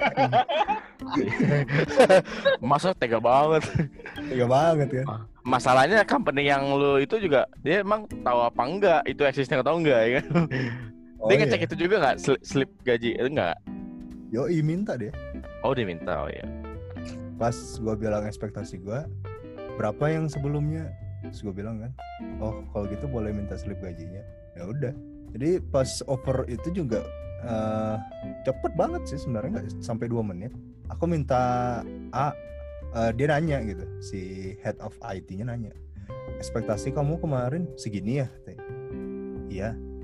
Masa tega banget. Tega banget ya. Masalahnya company yang lu itu juga dia emang tahu apa enggak itu existing atau enggak ya kan? Oh, Dia iya. ngecek itu juga nggak slip, slip gaji itu enggak? Yoi minta dia. Oh dia minta oh ya. Pas gue bilang ekspektasi gue berapa yang sebelumnya, terus gue bilang kan, oh kalau gitu boleh minta slip gajinya. Ya udah. Jadi pas offer itu juga uh, cepet banget sih sebenarnya, nggak sampai dua menit. Aku minta A, uh, dia nanya gitu, si head of I T-nya nanya, ekspektasi kamu kemarin segini ya? Katanya. Iya.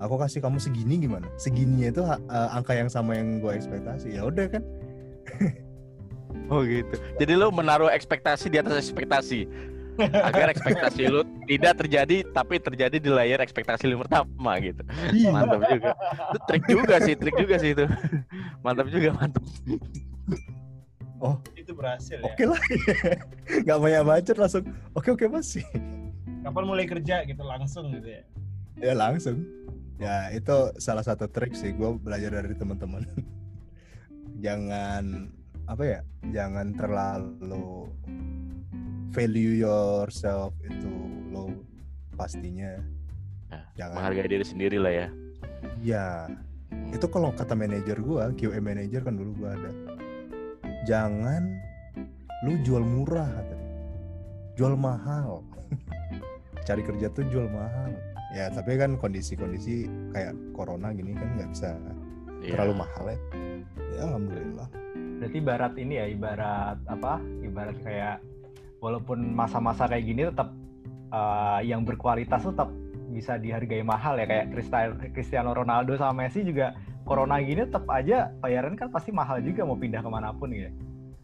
aku kasih kamu segini gimana? Segininya itu uh, angka yang sama yang gue ekspektasi. Ya udah kan. Oh gitu. Jadi lu menaruh ekspektasi di atas ekspektasi agar ekspektasi lu tidak terjadi tapi terjadi di layar ekspektasi lu pertama gitu. Mantap juga. Itu trik juga sih, trik juga sih itu. Mantap juga, mantap. Oh, itu berhasil ya. Oke lah. Gak banyak budget langsung. Oke oke masih. Kapan mulai kerja gitu langsung gitu ya. Ya langsung. Ya itu salah satu trik sih gue belajar dari teman-teman. Jangan apa ya? Jangan terlalu value yourself itu lo pastinya. Nah, Jangan menghargai diri sendiri lah ya. Ya, itu kalau kata manajer gua, Q A manager kan dulu gua ada. Jangan lu jual murah katanya. Jual mahal. Cari kerja tuh jual mahal. Ya, tapi kan kondisi-kondisi kayak corona gini kan nggak bisa Iya. terlalu mahal ya. Ya alhamdulillah. Berarti ibarat ini ya, ibarat apa? Ibarat kayak walaupun masa-masa kayak gini tetap uh, yang berkualitas tetap bisa dihargai mahal ya, kayak Cristiano Ronaldo sama Messi juga corona gini tetap aja bayaran kan pasti mahal juga mau pindah kemanapun gitu.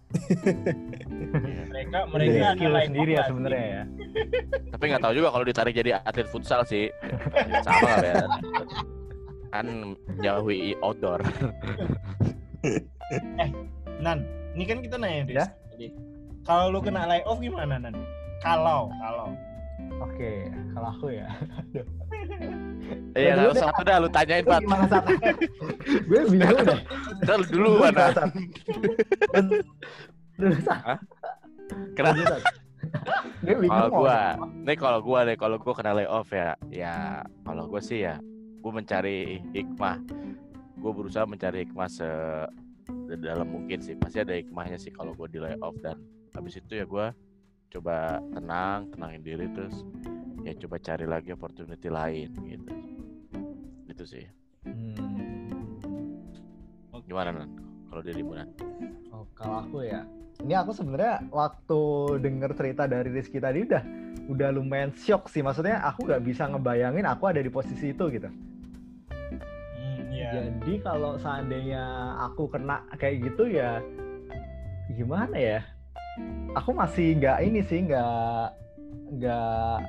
Mereka Jadi mereka skill ada sendiri ya live sebenarnya ya. Tapi nggak tahu juga kalau ditarik jadi atlet futsal sih. Sama lah ya. Kan jauhi outdoor. Nan, ini kan kita nanya Riz, Ya? tadi. Kalau lu kena layoff gimana Nan? Kalau, kalau. Oke, kalau aku ya. Iya, Dulu kalau deh. satu dah lu tanyain Lu Pat. gimana saat? Gue bingung deh. Terus duluan Gimana, ah. Sat? Dulu Sat. Kenapa? Dulu, Sat. Gue bingung. Kalau mau gua, apa. nih kalau gua deh, kalau gua kena layoff ya, ya kalau gua sih ya, gua mencari hikmah. Gua berusaha mencari hikmah se dalam mungkin sih. Pasti ada hikmahnya sih kalau gua di layoff, dan habis itu ya gua coba tenang, tenangin diri, terus ya coba cari lagi opportunity lain gitu. Itu sih. Hmm. Gimana Nan? Kalau dirimu Nan? Oh, kalau aku ya, ini aku sebenarnya waktu denger cerita dari Rizky tadi udah udah lumayan shock sih. Maksudnya aku nggak bisa ngebayangin aku ada di posisi itu gitu. Hmm, iya. Jadi kalau seandainya aku kena kayak gitu ya, gimana ya? Aku masih nggak ini sih, nggak nggak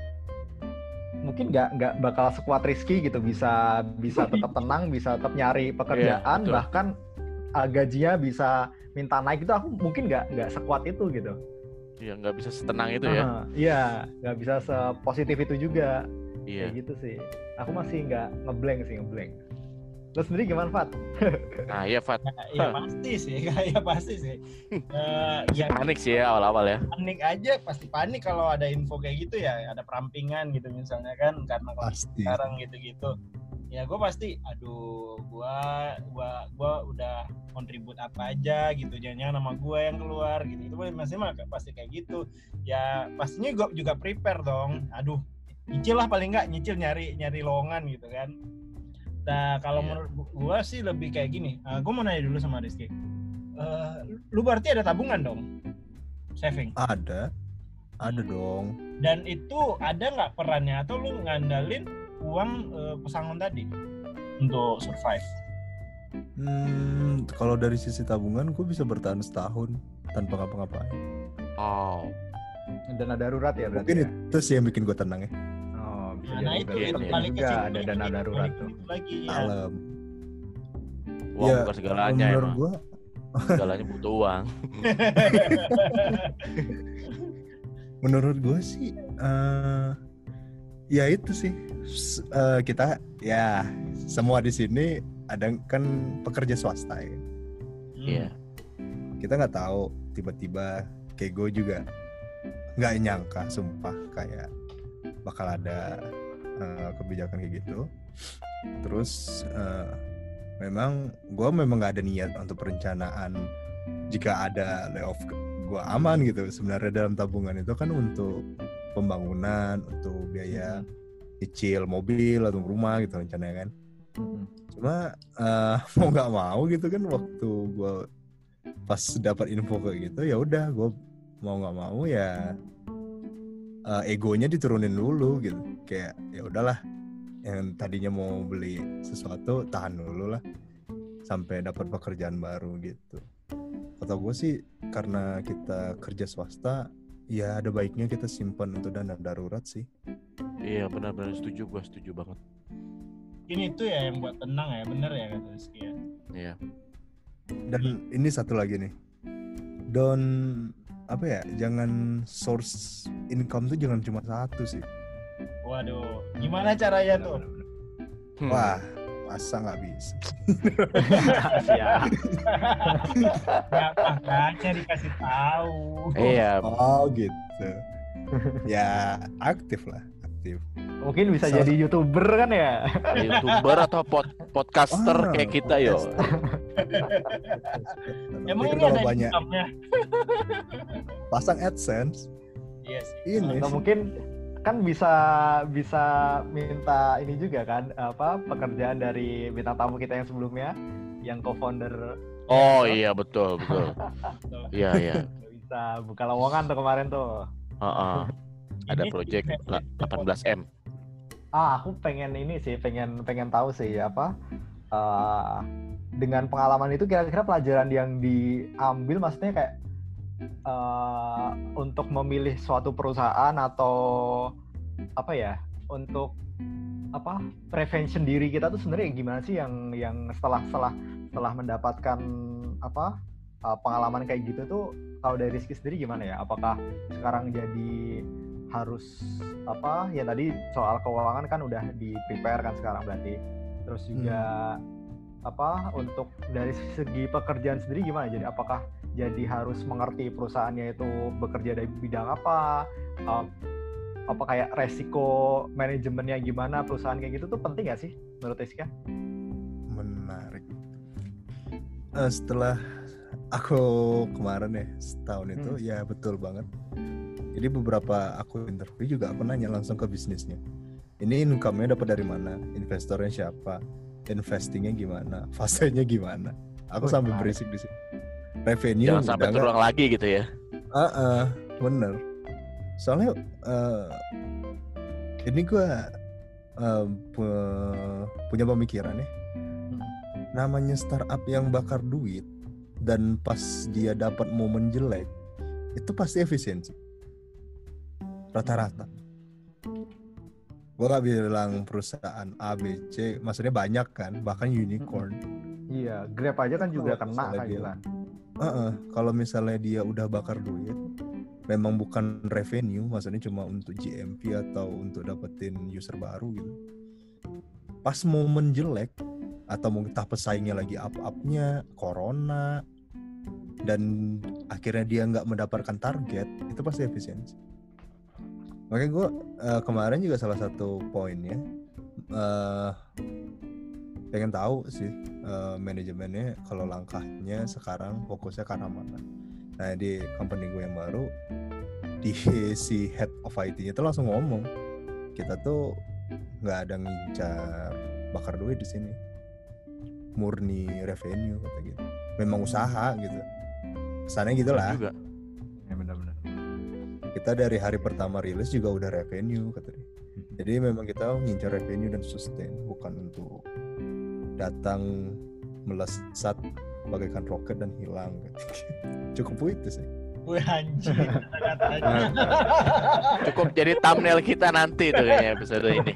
mungkin nggak nggak bakal sekuat Rizky gitu, bisa bisa tetap tenang, bisa tetap nyari pekerjaan, betul. bahkan uh, gajinya bisa minta naik itu aku mungkin nggak nggak sekuat itu gitu. Iya, nggak bisa setenang itu ya. Uh, iya, nggak bisa sepositif itu juga. Iya. Kayak gitu sih. Aku masih nggak ngeblank sih, ngeblank. Lo sendiri gimana, Fat? Nah, iya Fat. Ya, ya pasti sih, ya pasti sih. Uh, ya Panik sih ya awal-awal ya. panik aja, pasti panik kalau ada info kayak gitu ya, ada perampingan gitu misalnya kan, karena kalau Pasti. sekarang gitu-gitu. Ya gue pasti, aduh, gua gua gua udah kontribut apa aja gitu, jangan nama gua yang keluar gitu. Itu maksudnya pasti kayak gitu. Ya pastinya gue juga prepare dong. Aduh, nyicil lah paling nggak, nyicil nyari nyari lowongan gitu kan. Nah kalau Iya. menurut gua sih lebih kayak gini. Uh, gue mau nanya dulu sama Rizky. Uh, lu berarti ada tabungan dong, saving. Ada, ada dong. Dan itu ada nggak perannya, atau lu ngandalin uang uh, pesangon tadi untuk survive? Hmm, kalau dari sisi tabungan, gue bisa bertahan setahun tanpa ngapa-ngapain. Oh. Dana darurat ya berarti. Mungkin Ya? itu sih yang bikin gue tenang ya. Oh, bisa Nah, jadi itu berarti itu penting balik ke juga situ ada lagi, dana darurat balik ke tuh. situ lagi ya. Alam. Uang Ya, bukan segalanya menurut emang. gue, Segalanya butuh uang. menurut gue sih, eh ya itu sih. S- eh, kita ya semua di sini ada kan pekerja swasta ya. Hmm. Iya. Kita nggak tahu tiba-tiba kayak gue juga nggak nyangka, sumpah kayak bakal ada eh, kebijakan kayak gitu. Terus eh, memang gue memang nggak ada niat untuk perencanaan jika ada layoff, gue aman gitu. Sebenarnya dalam tabungan itu kan untuk pembangunan, untuk biaya cicil mobil atau rumah gitu rencananya kan. Mm-mm. Cuma eh, mau nggak mau gitu kan, waktu gue pas dapat info kayak gitu ya udah gue mau nggak mau ya eh, egonya diturunin dulu gitu, kayak ya udahlah yang tadinya mau beli sesuatu tahan dulu lah sampai dapat pekerjaan baru gitu. Kata gue sih karena kita kerja swasta ya ada baiknya kita simpan untuk dana darurat sih. Iya benar-benar setuju, gue setuju banget. Ini tuh ya yang buat tenang ya, bener ya kata Rizky ya. Iya. Dan ini satu lagi nih, don apa ya, jangan source income tuh jangan cuma satu sih. Waduh, gimana caranya tuh? Hmm. Wah, masa nggak bisa? Siap. Ya makanya dikasih tahu. Iya. Oh gitu. Ya aktif lah, aktif. Mungkin bisa Salah- jadi YouTuber kan ya? YouTuber atau pod- podcaster Ah, kayak kita yo. Emang Tapi ini kalau ada banyak income-nya? pasang AdSense, Iya sih. ini Atau mungkin kan bisa bisa minta ini juga kan, apa pekerjaan dari bintang tamu kita yang sebelumnya, yang co-founder. Oh Ya, iya betul betul. Tuh. Iya iya. bisa buka lowongan tuh kemarin tuh. Heeh. Ada Ini project la- delapan belas M. Ah, aku pengen ini sih, pengen pengen tahu sih apa eh, dengan pengalaman itu kira-kira pelajaran yang diambil, maksudnya kayak eh, untuk memilih suatu perusahaan atau apa ya, untuk apa prevention diri kita tuh sebenarnya gimana sih yang yang setelah setelah setelah mendapatkan apa eh, pengalaman kayak gitu tuh, kalau dari Rizky sendiri gimana ya? Apakah sekarang jadi harus apa ya, tadi soal keuangan kan udah di prepare kan sekarang berarti, terus juga apa untuk dari segi pekerjaan sendiri gimana, jadi apakah jadi harus mengerti perusahaannya itu bekerja dari bidang apa, uh, apa kayak resiko manajemennya gimana perusahaan kayak gitu tuh penting gak sih menurut Rizky? menarik. Eh, setelah aku kemarin ya setahun itu, Hmm. ya betul banget. Jadi beberapa aku interview juga aku nanya langsung ke bisnisnya. Ini income-nya dapat dari mana? Investornya siapa? Investingnya gimana? Fasenya gimana? Aku Oh, sampai menarik. berisik di situ. Revenue Jangan sampai udah nggak- terulang lagi gitu ya. Ah, ah, bener. Soalnya eh, ini gue eh, pu- punya pemikiran ya. Namanya startup yang bakar duit dan pas dia dapat momen jelek itu pasti efisiensi. Rata-rata. Gue gak bilang perusahaan A, B, C, maksudnya banyak kan, bahkan unicorn. Iya, Grab aja kan juga Kalau kena misalnya kan dia- gitu kan. Uh-uh. Kalau misalnya dia udah bakar duit, memang bukan revenue, maksudnya cuma untuk G M V atau untuk dapetin user baru gitu. Pas momen jelek atau mungkin tahap pesaingnya lagi up-upnya, corona, dan akhirnya dia nggak mendapatkan target, itu pasti efisiensi. Makanya gue uh, kemarin juga salah satu poinnya uh, pengen tahu sih uh, manajemennya kalau langkahnya sekarang fokusnya ke arah mana. Nah di company gue yang baru, di si head of I T-nya tuh langsung ngomong, kita tuh nggak ada ngincar bakar duit di sini, murni revenue kata gitu. Memang usaha gitu, kesannya gitulah. Juga. Ya benar-benar. Kita dari hari pertama rilis juga udah revenue kata dia. Jadi memang kita ngincar revenue dan sustain, bukan untuk datang melesat bagaikan roket dan hilang. Cukup itu sih. Wih anjir kata-katanya. Cukup jadi thumbnail kita nanti tuh kayaknya episode ini.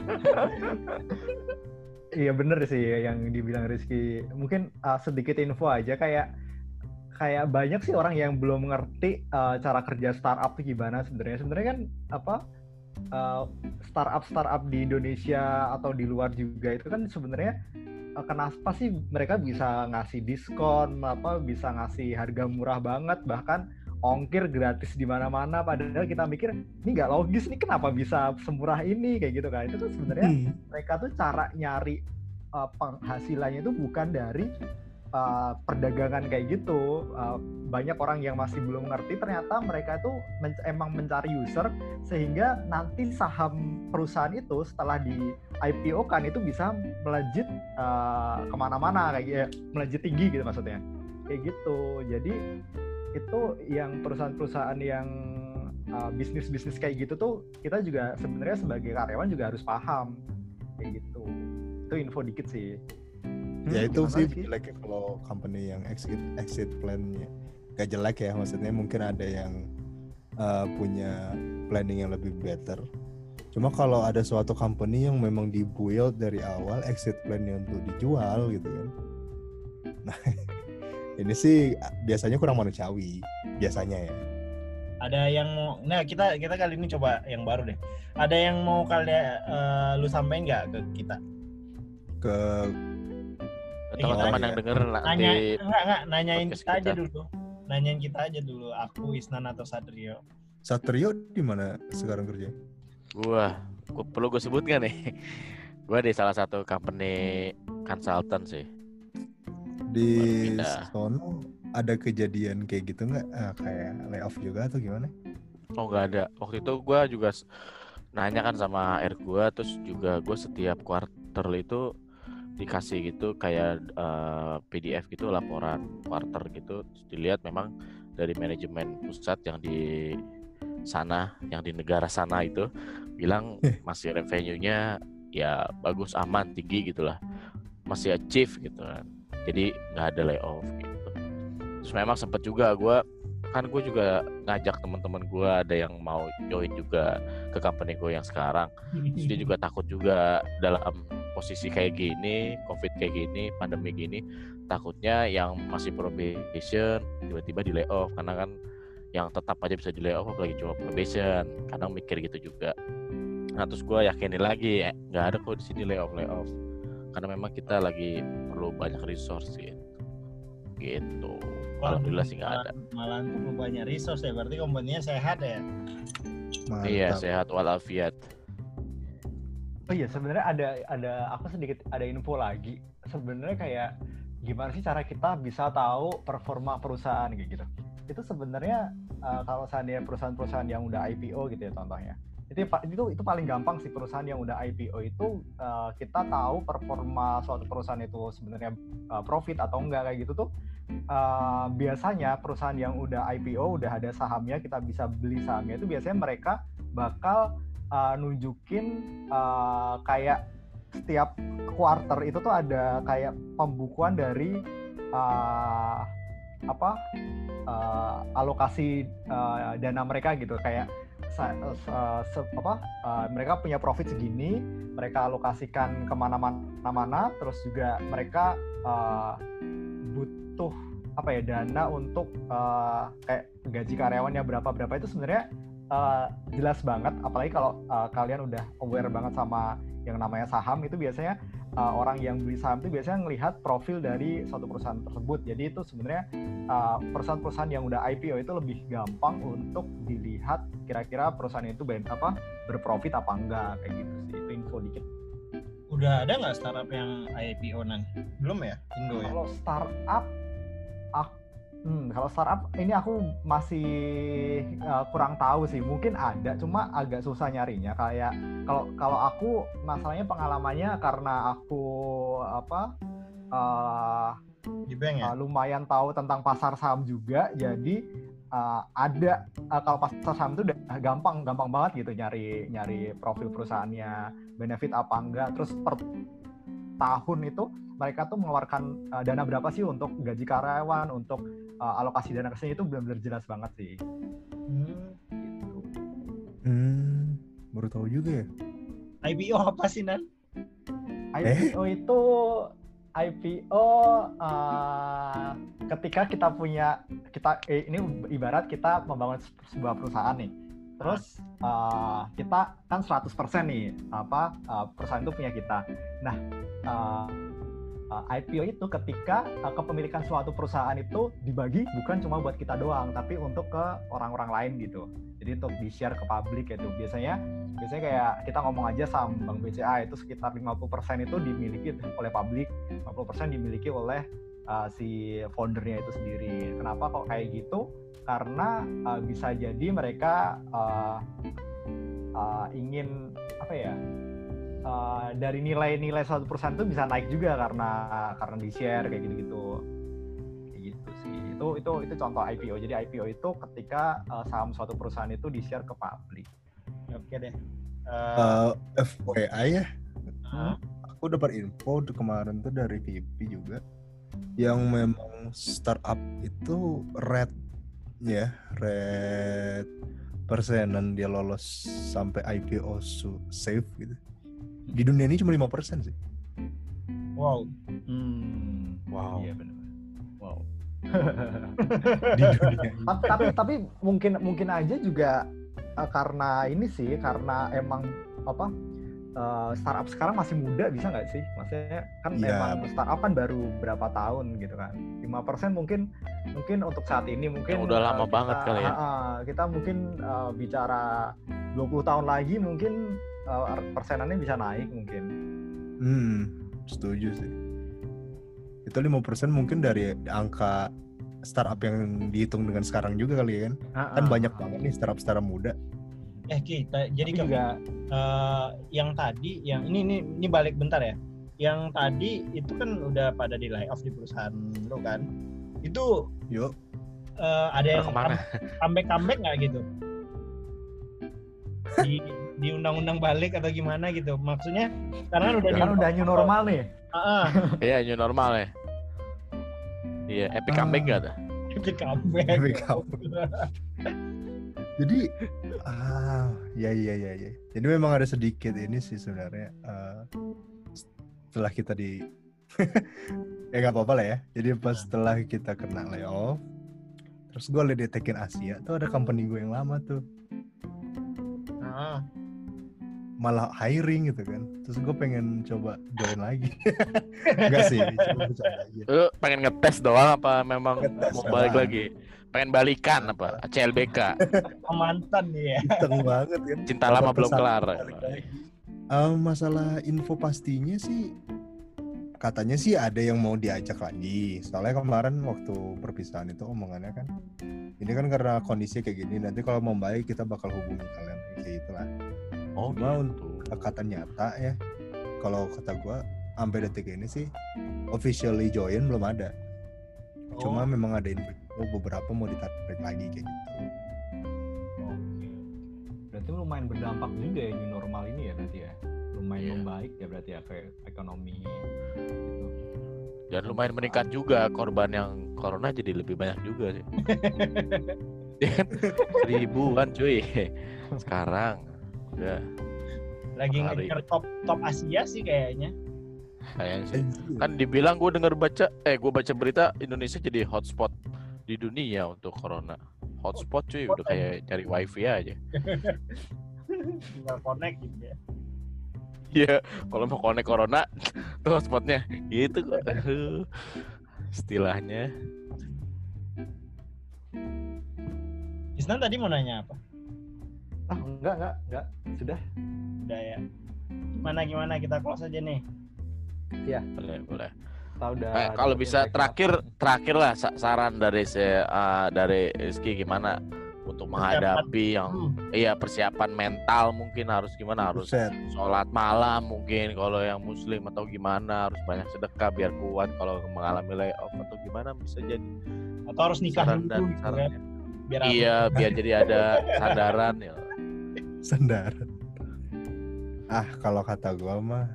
Iya bener sih yang dibilang Rizky. Mungkin uh, sedikit info aja, kayak kayak banyak sih orang yang belum mengerti uh, cara kerja startup itu gimana sebenarnya. Sebenarnya kan apa uh, startup startup di Indonesia atau di luar juga itu kan sebenarnya uh, kenapa sih mereka bisa ngasih diskon, apa bisa ngasih harga murah banget, bahkan ongkir gratis di mana-mana, padahal kita mikir ini nggak logis nih, kenapa bisa semurah ini kayak gitu kan. Itu kan sebenarnya mereka tuh cara nyari uh, penghasilannya itu bukan dari uh, perdagangan kayak gitu. Uh, banyak orang yang masih belum mengerti, ternyata mereka itu men- emang mencari user sehingga nanti saham perusahaan itu setelah di I P O kan itu bisa melejit uh, kemana-mana kayak gitu, melejit tinggi gitu maksudnya kayak gitu. Jadi itu yang perusahaan-perusahaan yang uh, bisnis-bisnis kayak gitu tuh kita juga sebenarnya sebagai karyawan juga harus paham kayak gitu. Itu info dikit sih. Ya Hmm, itu gimana, sih Rizky? jeleknya kalau company yang exit exit plan-nya gak jelek ya, maksudnya mungkin ada yang uh, punya planning yang lebih better. Cuma kalau ada suatu company yang memang dibuild dari awal exit plan-nya untuk dijual gitu kan. Nah, ini sih biasanya kurang manusiawi biasanya ya. Ada yang mau, nah kita kita kali ini coba yang baru deh. Ada yang mau kalian uh, lu sampein nggak ke kita? Ke Teman-teman Oh, yang iya. denger Nanya, nanti enggak enggak nanyain podcast kita, aja kita. dulu. Nanyain kita aja dulu. Aku, Isnan atau Satrio. Satrio di mana sekarang kerja? Gua, gua perlu gue sebut gak nih? Gua di salah satu company consultant sih. Di Baru pindah. sono ada kejadian kayak gitu nggak? Ah, kayak layoff juga atau gimana? Oh nggak ada. Waktu itu gua juga s- nanya kan sama R gua, terus juga gue setiap quarter itu dikasih gitu kayak uh, P D F gitu laporan quarter gitu. Terus dilihat memang dari manajemen pusat yang di sana, yang di negara sana itu bilang masih revenue-nya ya bagus, aman, tinggi gitulah, masih achieve gitu kan. Jadi nggak ada layoff gitu. Terus memang sempat juga gue kan gue juga ngajak teman-teman gue ada yang mau join juga ke company gue yang sekarang. Terus dia juga takut juga dalam posisi kayak gini, covid kayak gini, pandemi gini, takutnya yang masih probation tiba-tiba di layoff, karena kan yang tetap aja bisa di layoff apalagi cuma probation, kadang mikir gitu juga. Nah terus gue yakinin lagi nggak ada kok di sini layoff layoff, karena memang kita lagi perlu banyak resource gitu. Gitu. Alhamdulillah sih nggak ada. Malahan perlu banyak resource ya, berarti kompetinya sehat ya. Mantap. Iya sehat walafiat. Oh iya, sebenarnya ada ada aku sedikit ada info lagi. Sebenarnya kayak gimana sih cara kita bisa tahu performa perusahaan kayak gitu. Itu sebenarnya uh, kalau seandainya perusahaan-perusahaan yang udah I P O gitu ya contohnya. Itu itu itu paling gampang sih, perusahaan yang udah I P O itu uh, kita tahu performa suatu perusahaan itu sebenarnya uh, profit atau enggak kayak gitu tuh. Uh, biasanya perusahaan yang udah I P O udah ada sahamnya, kita bisa beli sahamnya, itu biasanya mereka bakal uh, nunjukin uh, kayak setiap quarter itu tuh ada kayak pembukuan dari uh, apa uh, alokasi uh, dana mereka gitu, kayak uh, se- apa uh, mereka punya profit segini, mereka alokasikan kemana-mana, terus juga mereka uh, butuh apa ya dana untuk uh, kayak gaji karyawannya berapa berapa itu sebenarnya uh, jelas banget, apalagi kalau uh, kalian udah aware banget sama yang namanya saham. Itu biasanya uh, orang yang beli saham itu biasanya ngelihat profil dari suatu perusahaan tersebut. Jadi itu sebenarnya uh, perusahaan-perusahaan yang udah I P O itu lebih gampang untuk dilihat kira-kira perusahaan itu ben, apa berprofit apa enggak kayak gitu sih. Itu info dikit. Udah ada nggak startup yang I P O nan? Belum ya, Indo ya? Kalau startup, aku, hmm, kalau startup ini aku masih uh, kurang tahu sih. Mungkin ada, cuma agak susah nyarinya. Kayak kalau kalau aku masalahnya pengalamannya karena aku apa uh, Di bank ya? uh, lumayan tahu tentang pasar saham juga. Jadi uh, ada uh, kalau pasar saham itu udah gampang gampang banget gitu nyari nyari profil perusahaannya, benefit apa enggak, terus per tahun itu mereka tuh mengeluarkan uh, dana berapa sih untuk gaji karyawan, untuk uh, alokasi dana ke sini, itu benar-benar jelas banget sih. Hmm. Gitu. Hmm, baru tahu juga ya. I P O apa sih nan? I P O itu I P O uh, ketika kita punya kita eh, ini ibarat kita membangun sebuah perusahaan nih. Terus uh, kita kan seratus persen nih apa uh, perusahaan itu punya kita. Nah, uh, uh, I P O itu ketika uh, kepemilikan suatu perusahaan itu dibagi bukan cuma buat kita doang, tapi untuk ke orang-orang lain gitu. Jadi untuk di-share ke publik itu. Biasanya biasanya kayak kita ngomong aja saham Bank B C A itu sekitar lima puluh persen itu dimiliki oleh publik, lima puluh persen dimiliki oleh uh, si foundernya itu sendiri. Kenapa kok kayak gitu? Karena uh, bisa jadi mereka uh, uh, ingin apa ya uh, dari nilai-nilai suatu perusahaan itu bisa naik juga karena karena di share kayak gitu-gitu kayak gitu sih. Itu itu itu contoh I P O. Jadi I P O itu ketika uh, saham suatu perusahaan itu di share ke publik. Oke deh. Uh, Uh, F Y I ya, Hah? Aku dapat info tuh kemarin tuh dari V P juga yang memang startup itu red ya, red persenan dia lolos sampai I P O su- safe gitu. Di dunia ini cuma lima persen sih. Wow. Hmm. Wow. Iya benar. Wow. Di dunia ini. tapi, tapi tapi mungkin mungkin aja juga uh, karena ini sih, karena emang apa uh, startup sekarang masih muda, bisa nggak sih? Maksudnya kan Ya. emang startup kan baru berapa tahun gitu kan. lima persen mungkin mungkin untuk saat ini mungkin Yang udah lama uh, banget kita, kali ya. uh, uh, kita mungkin uh, bicara dua puluh tahun lagi mungkin uh, persenannya bisa naik mungkin. Hmm, setuju sih. Itu lima persen mungkin dari angka startup yang dihitung dengan sekarang juga kali ya kan. Uh, Kan uh, banyak banget nih startup-startup muda. Eh kita jadi Tapi ke juga eh, yang tadi yang ini ini ini balik bentar ya. Yang tadi itu kan udah pada di layoff di perusahaan lo kan. Itu Yuk. eh, ada yang Kemana? comeback comeback nggak gitu? Di di undang-undang balik atau gimana gitu. Maksudnya karena kan udah kan udah new normal nih. Heeh. Iya, new normal ya. Iya, epic Ah. comeback gak ada? Epic comeback. Epic comeback. Jadi ah ya ya ya ya. Jadi memang ada sedikit ini sih sebenarnya uh, setelah kita di ya nggak apa-apa lah ya. Jadi pas setelah kita kena layoff, terus gue liat di Tekken Asia tuh ada company gue yang lama tuh Heeh. malah hiring gitu kan. Terus gue pengen coba join lagi. Enggak sih, cuma bercanda aja. Lu pengen ngetes doang apa memang Ngetes mau balik doang. lagi? Pengen balikan apa? C L B K. Mantan nih ya. Kenceng banget kan. Cinta lama belum Pesan kelar. balik lagi. Um, masalah info pastinya sih katanya sih ada yang mau diajak lagi. Soalnya kemarin waktu perpisahan itu omongannya kan ini kan karena kondisi kayak gini, nanti kalau mau baik kita bakal hubungi kalian kayak gitulah. Oh, Cuma gitu. untuk kata nyata ya, kalau kata gua sampai detik ini sih officially join belum ada. Cuma Oh, memang ada info beberapa mau ditarik lagi kayak gitu. oke. Berarti lumayan berdampak juga ya new normal ini ya berarti ya. Lumayan Iya. membaik ya berarti ya ke ekonomi gitu. Dan lumayan meningkat juga korban yang corona jadi lebih banyak juga sih. Dia kan ribuan cuy. Sekarang udah Lagi Hari. ngejar top top Asia sih kayaknya. kayaknya sih. Kan dibilang gue dengar baca eh gue baca berita Indonesia jadi hotspot di dunia untuk corona. Hotspot cuy, udah kayak cari wifi aja. Tinggal connect gitu ya. Iya, kalau mau connect corona tuh hotspotnya gitu kok. Aduh, istilahnya. Isnan tadi mau nanya apa? Ah enggak enggak enggak sudah. Udah ya. Gimana gimana kita close aja nih. Boleh, boleh. Kita udah Eh, kalau dapetin bisa backup. terakhir terakhir lah sa- saran dari se, uh, dari Rizky gimana untuk menghadapi yang Hmm. iya persiapan mental mungkin harus gimana harus Buset. sholat malam mungkin kalau yang muslim atau gimana harus banyak sedekah biar kuat kalau mengalami layoff atau gimana bisa jadi Atau harus nikah saran dulu dan gitu kan. sarannya. Biar Iya biar jadi ada sandaran ya. Sandaran. Ah, kalau kata gua mah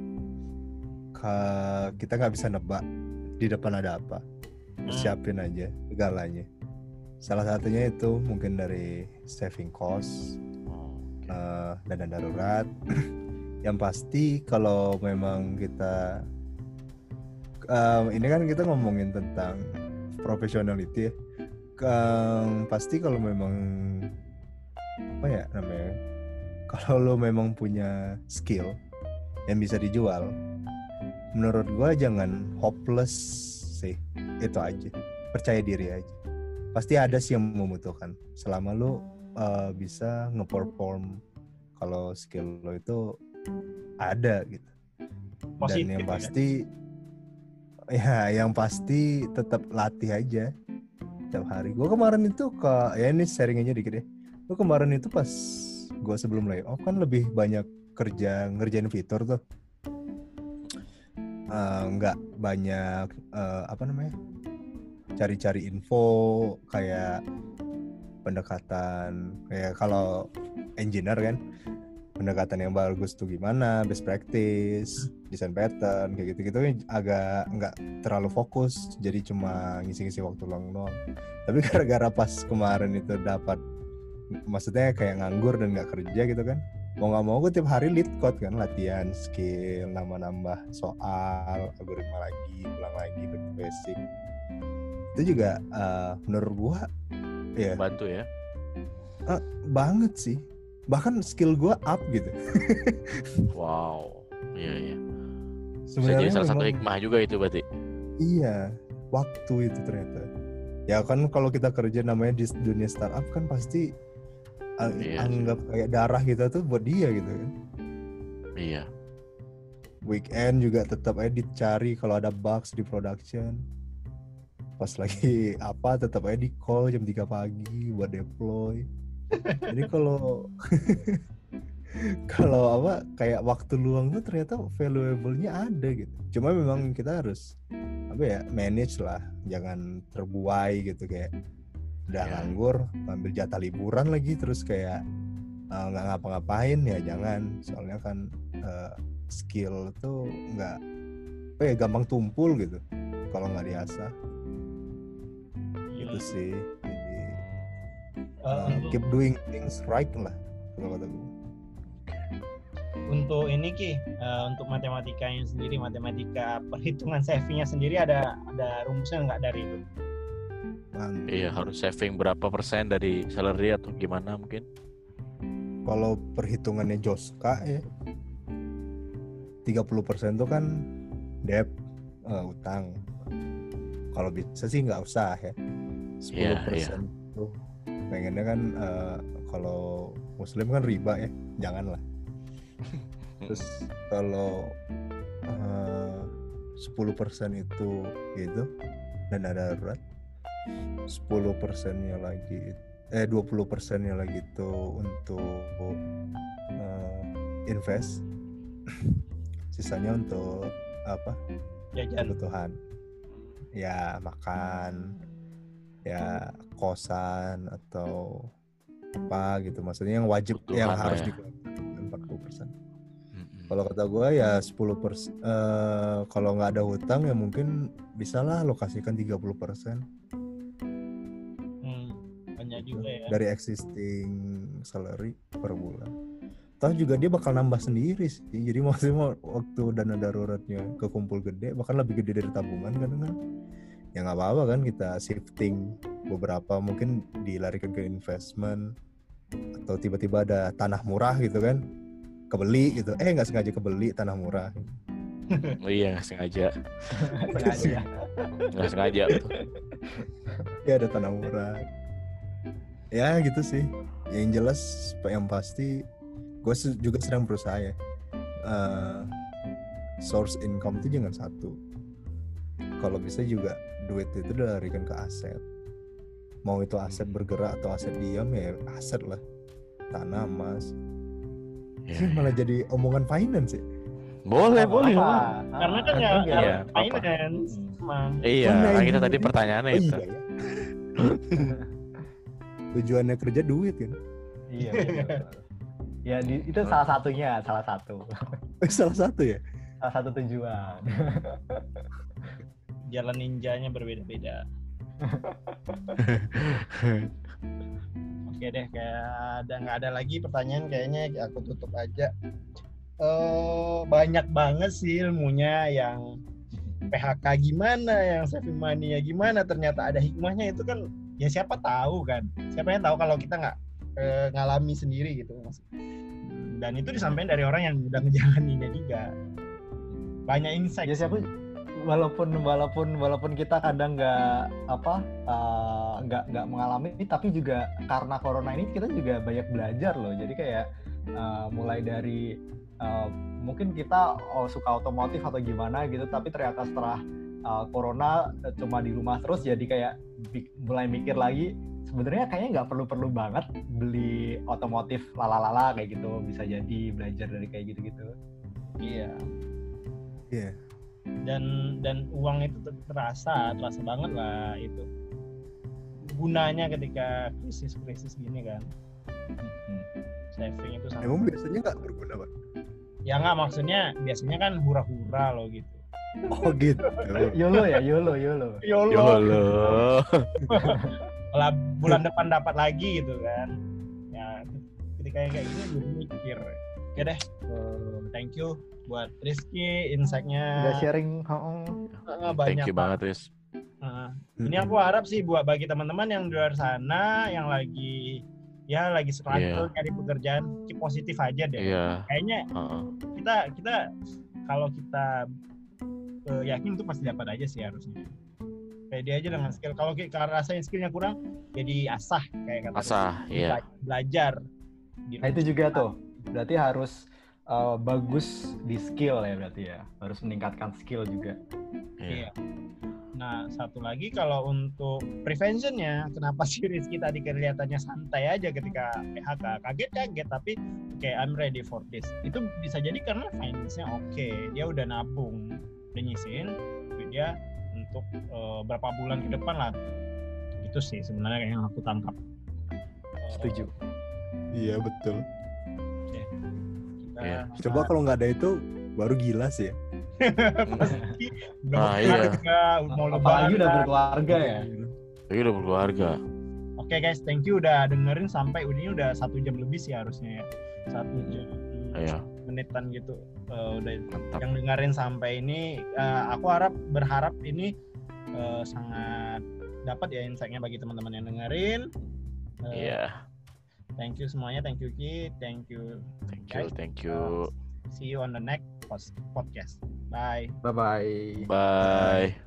ka- kita nggak bisa nebak di depan ada apa. Siapin aja segalanya. Salah satunya itu mungkin dari saving cost, Oh, eh, dana darurat. Yang pasti kalau memang kita em, ini kan kita ngomongin tentang professionality ya. Em, pasti kalau memang apa ya namanya, kalau lo memang punya skill yang bisa dijual, menurut gua jangan hopeless sih, itu aja, percaya diri aja. Pasti ada sih yang membutuhkan selama lo uh, bisa nge-perform kalau skill lo itu ada gitu. Positif Dan yang ya. pasti ya yang pasti tetap latih aja setiap hari. Gue kemarin itu ke ya ini sharing aja dikit ya. Gue kemarin itu pas gue sebelum layoff kan lebih banyak kerja ngerjain fitur tuh. Uh, nggak banyak uh, apa namanya cari-cari info kayak pendekatan kayak kalau engineer kan pendekatan yang bagus tuh gimana, best practice, design pattern kayak gitu-gitu agak nggak terlalu fokus, jadi cuma ngisi-ngisi waktu luang doang. Tapi gara-gara pas kemarin itu dapat, maksudnya kayak nganggur dan nggak kerja gitu kan, mau nggak mau gue tiap hari lead code kan, latihan skill, nambah-nambah soal, algoritma lagi, ulang lagi, basic. Itu juga uh, menurut gue ya bantu ya. Uh, banget sih. Bahkan skill gue up gitu. Wow, iya iya. Sebenarnya jadi salah satu memang, hikmah juga itu berarti. Iya, waktu itu ternyata. Ya kan kalau kita kerja namanya di dunia startup kan pasti Iya, anggap sih. Kayak darah kita tuh buat dia gitu kan. Iya. Weekend juga tetap aja dicari kalau ada bugs di production. Pas lagi apa tetap aja di call jam tiga pagi buat deploy. Jadi kalau kalau apa kayak waktu luang tuh ternyata valuable-nya ada gitu. Cuma memang kita harus apa ya manage lah, jangan terbuai gitu kayak udah Ya. nganggur ambil jatah liburan lagi terus kayak nggak uh, ngapa-ngapain ya jangan. Soalnya kan uh, skill tuh nggak apa ya gampang tumpul gitu kalau nggak diasah. Gitu sih. Uh, Uh, untuk, keep doing things right lah kalau kata gue. untuk ini Ki, uh, untuk matematikanya sendiri, matematika perhitungan savingnya sendiri ada ada rumusnya nggak dari itu? Mantap. Iya, harus saving berapa persen dari salary atau gimana mungkin? Kalau perhitungannya Joska ya tiga puluh persen tuh kan debt, uh, utang. Kalau bisa sih nggak usah ya. sepuluh persen Iya, tuh pengennya kan uh, kalau muslim kan riba ya, janganlah. Terus kalau uh, sepuluh persen itu gitu dan ada darurat, sepuluh persennya lagi eh dua puluh persennya lagi itu untuk uh, invest. Sisanya untuk apa? Jajan. Kebutuhan. Ya makan, ya kosan atau apa gitu, maksudnya yang wajib Kebutuhan yang lah harus ya. dikeluarkan empat puluh persen. Mm-mm. Kalau kata gue ya sepuluh persen, uh, kalau nggak ada hutang ya mungkin bisalah alokasikan tiga puluh persen Hmm, banyak juga ya. dari existing salary per bulan. Toh juga dia bakal nambah sendiri sih, jadi maksudnya waktu dana daruratnya kekumpul gede bahkan lebih gede dari tabungan kan kan ya nggak apa-apa kan kita shifting beberapa, mungkin dilarikan ke investment atau tiba-tiba ada tanah murah gitu kan kebeli gitu, eh nggak sengaja kebeli tanah murah. Oh iya, nggak sengaja, Sengaja. nggak sengaja. Ya ada tanah murah ya gitu sih. Yang jelas yang pasti gue juga sedang berusaha ya, uh, source income itu jangan satu, kalau bisa juga duit itu dilarikan ke aset, mau itu aset bergerak atau aset diam ya aset lah, tanah, emas. Ya, Ini malah jadi omongan finance ya. boleh boleh. Apa? Karena kan Ah, nggak enggak. Iya, nggak finance, emang. Iya, Mana kan yang kita tadi duit? pertanyaannya Oh, itu. iya ya. Tujuannya kerja duit kan. Iya betul. Ya di, itu salah satunya, salah satu. Salah satu ya. Salah satu tujuan. Jalan ninjanya berbeda-beda. Oke deh, kayak ada nggak ada lagi pertanyaan, kayaknya aku tutup aja. Eh banyak banget sih ilmunya, yang P H K gimana, yang saving money ya gimana, ternyata ada hikmahnya itu kan. Ya siapa tahu kan, siapa yang tahu kalau kita nggak eh, ngalami sendiri gitu. Dan itu disampaikan dari orang yang udah ngejalaninnya juga. Banyak insight. Ya siapa walaupun walaupun walaupun kita kadang nggak apa uh, nggak nggak mengalami, tapi juga karena corona ini kita juga banyak belajar loh. Jadi kayak uh, mulai dari uh, mungkin kita oh, suka otomotif atau gimana gitu, tapi ternyata setelah uh, corona uh, cuma di rumah terus, jadi kayak bi- mulai mikir lagi sebenarnya kayaknya nggak perlu-perlu banget beli otomotif lalalala kayak gitu, bisa jadi belajar dari kayak gitu-gitu. Iya. Iya. Dan dan uang itu terasa terasa banget lah itu gunanya ketika krisis-krisis gini kan. Mm-mm. Saving itu sangat. Emang biasanya nggak berguna, Pak? Ya nggak, maksudnya biasanya kan hura-hura loh gitu. Oh gitu. YOLO ya, YOLO, YOLO. YOLO. YOLO. Kalau bulan depan dapat lagi gitu kan. Ya ketika kayak gini gue mikir. Oke deh, uh, thank you buat Rizky, insight-nya. Udah sharing, oh, uh, banyak. Thank you banget, Riz. Uh, ini aku harap sih buat bagi teman-teman yang di luar sana yang lagi ya lagi struggle Iya. cari pekerjaan, keep positif aja deh. Iya. Kayaknya Heeh. kita kita kalau kita uh, yakin itu pasti dapat aja sih harusnya. Pede aja dengan skill. Kalau kita rasain skillnya kurang, jadi asah kayak kata. Asah, iya. Belajar. Nah itu juga tuh, berarti harus uh, bagus di skill ya berarti ya, harus meningkatkan skill juga. Iya. Nah, satu lagi kalau untuk preventionnya, kenapa sih Rizky tadi kelihatannya santai aja ketika P H K? Kaget-kaget, tapi kayak I'm ready for this. Itu bisa jadi karena finance-nya oke. Dia udah nabung, udah nyisihin duit dia untuk uh, berapa bulan ke depan lah. Itu sih sebenarnya yang aku tangkap. Uh, Setuju. Iya betul. Oke. Kita Iya. Coba kalau nggak ada itu baru gila sih ya. pasti udah Ah, iya. berkeluarga, mau Apalagi udah lebaran. berkeluarga ya. Lagi udah berkeluarga. Oke guys, thank you udah dengerin sampai ini udah satu jam lebih sih harusnya ya. Satu jam Iya. menitan gitu. Uh, udah Mantap. yang dengerin sampai ini, uh, aku harap berharap ini uh, sangat dapat ya insight-nya bagi teman-teman yang dengerin. Uh, Iya. Thank you semuanya, thank you Ki, thank you. Thank you, thank you. See you on the next post- podcast. Bye. Bye bye. Bye.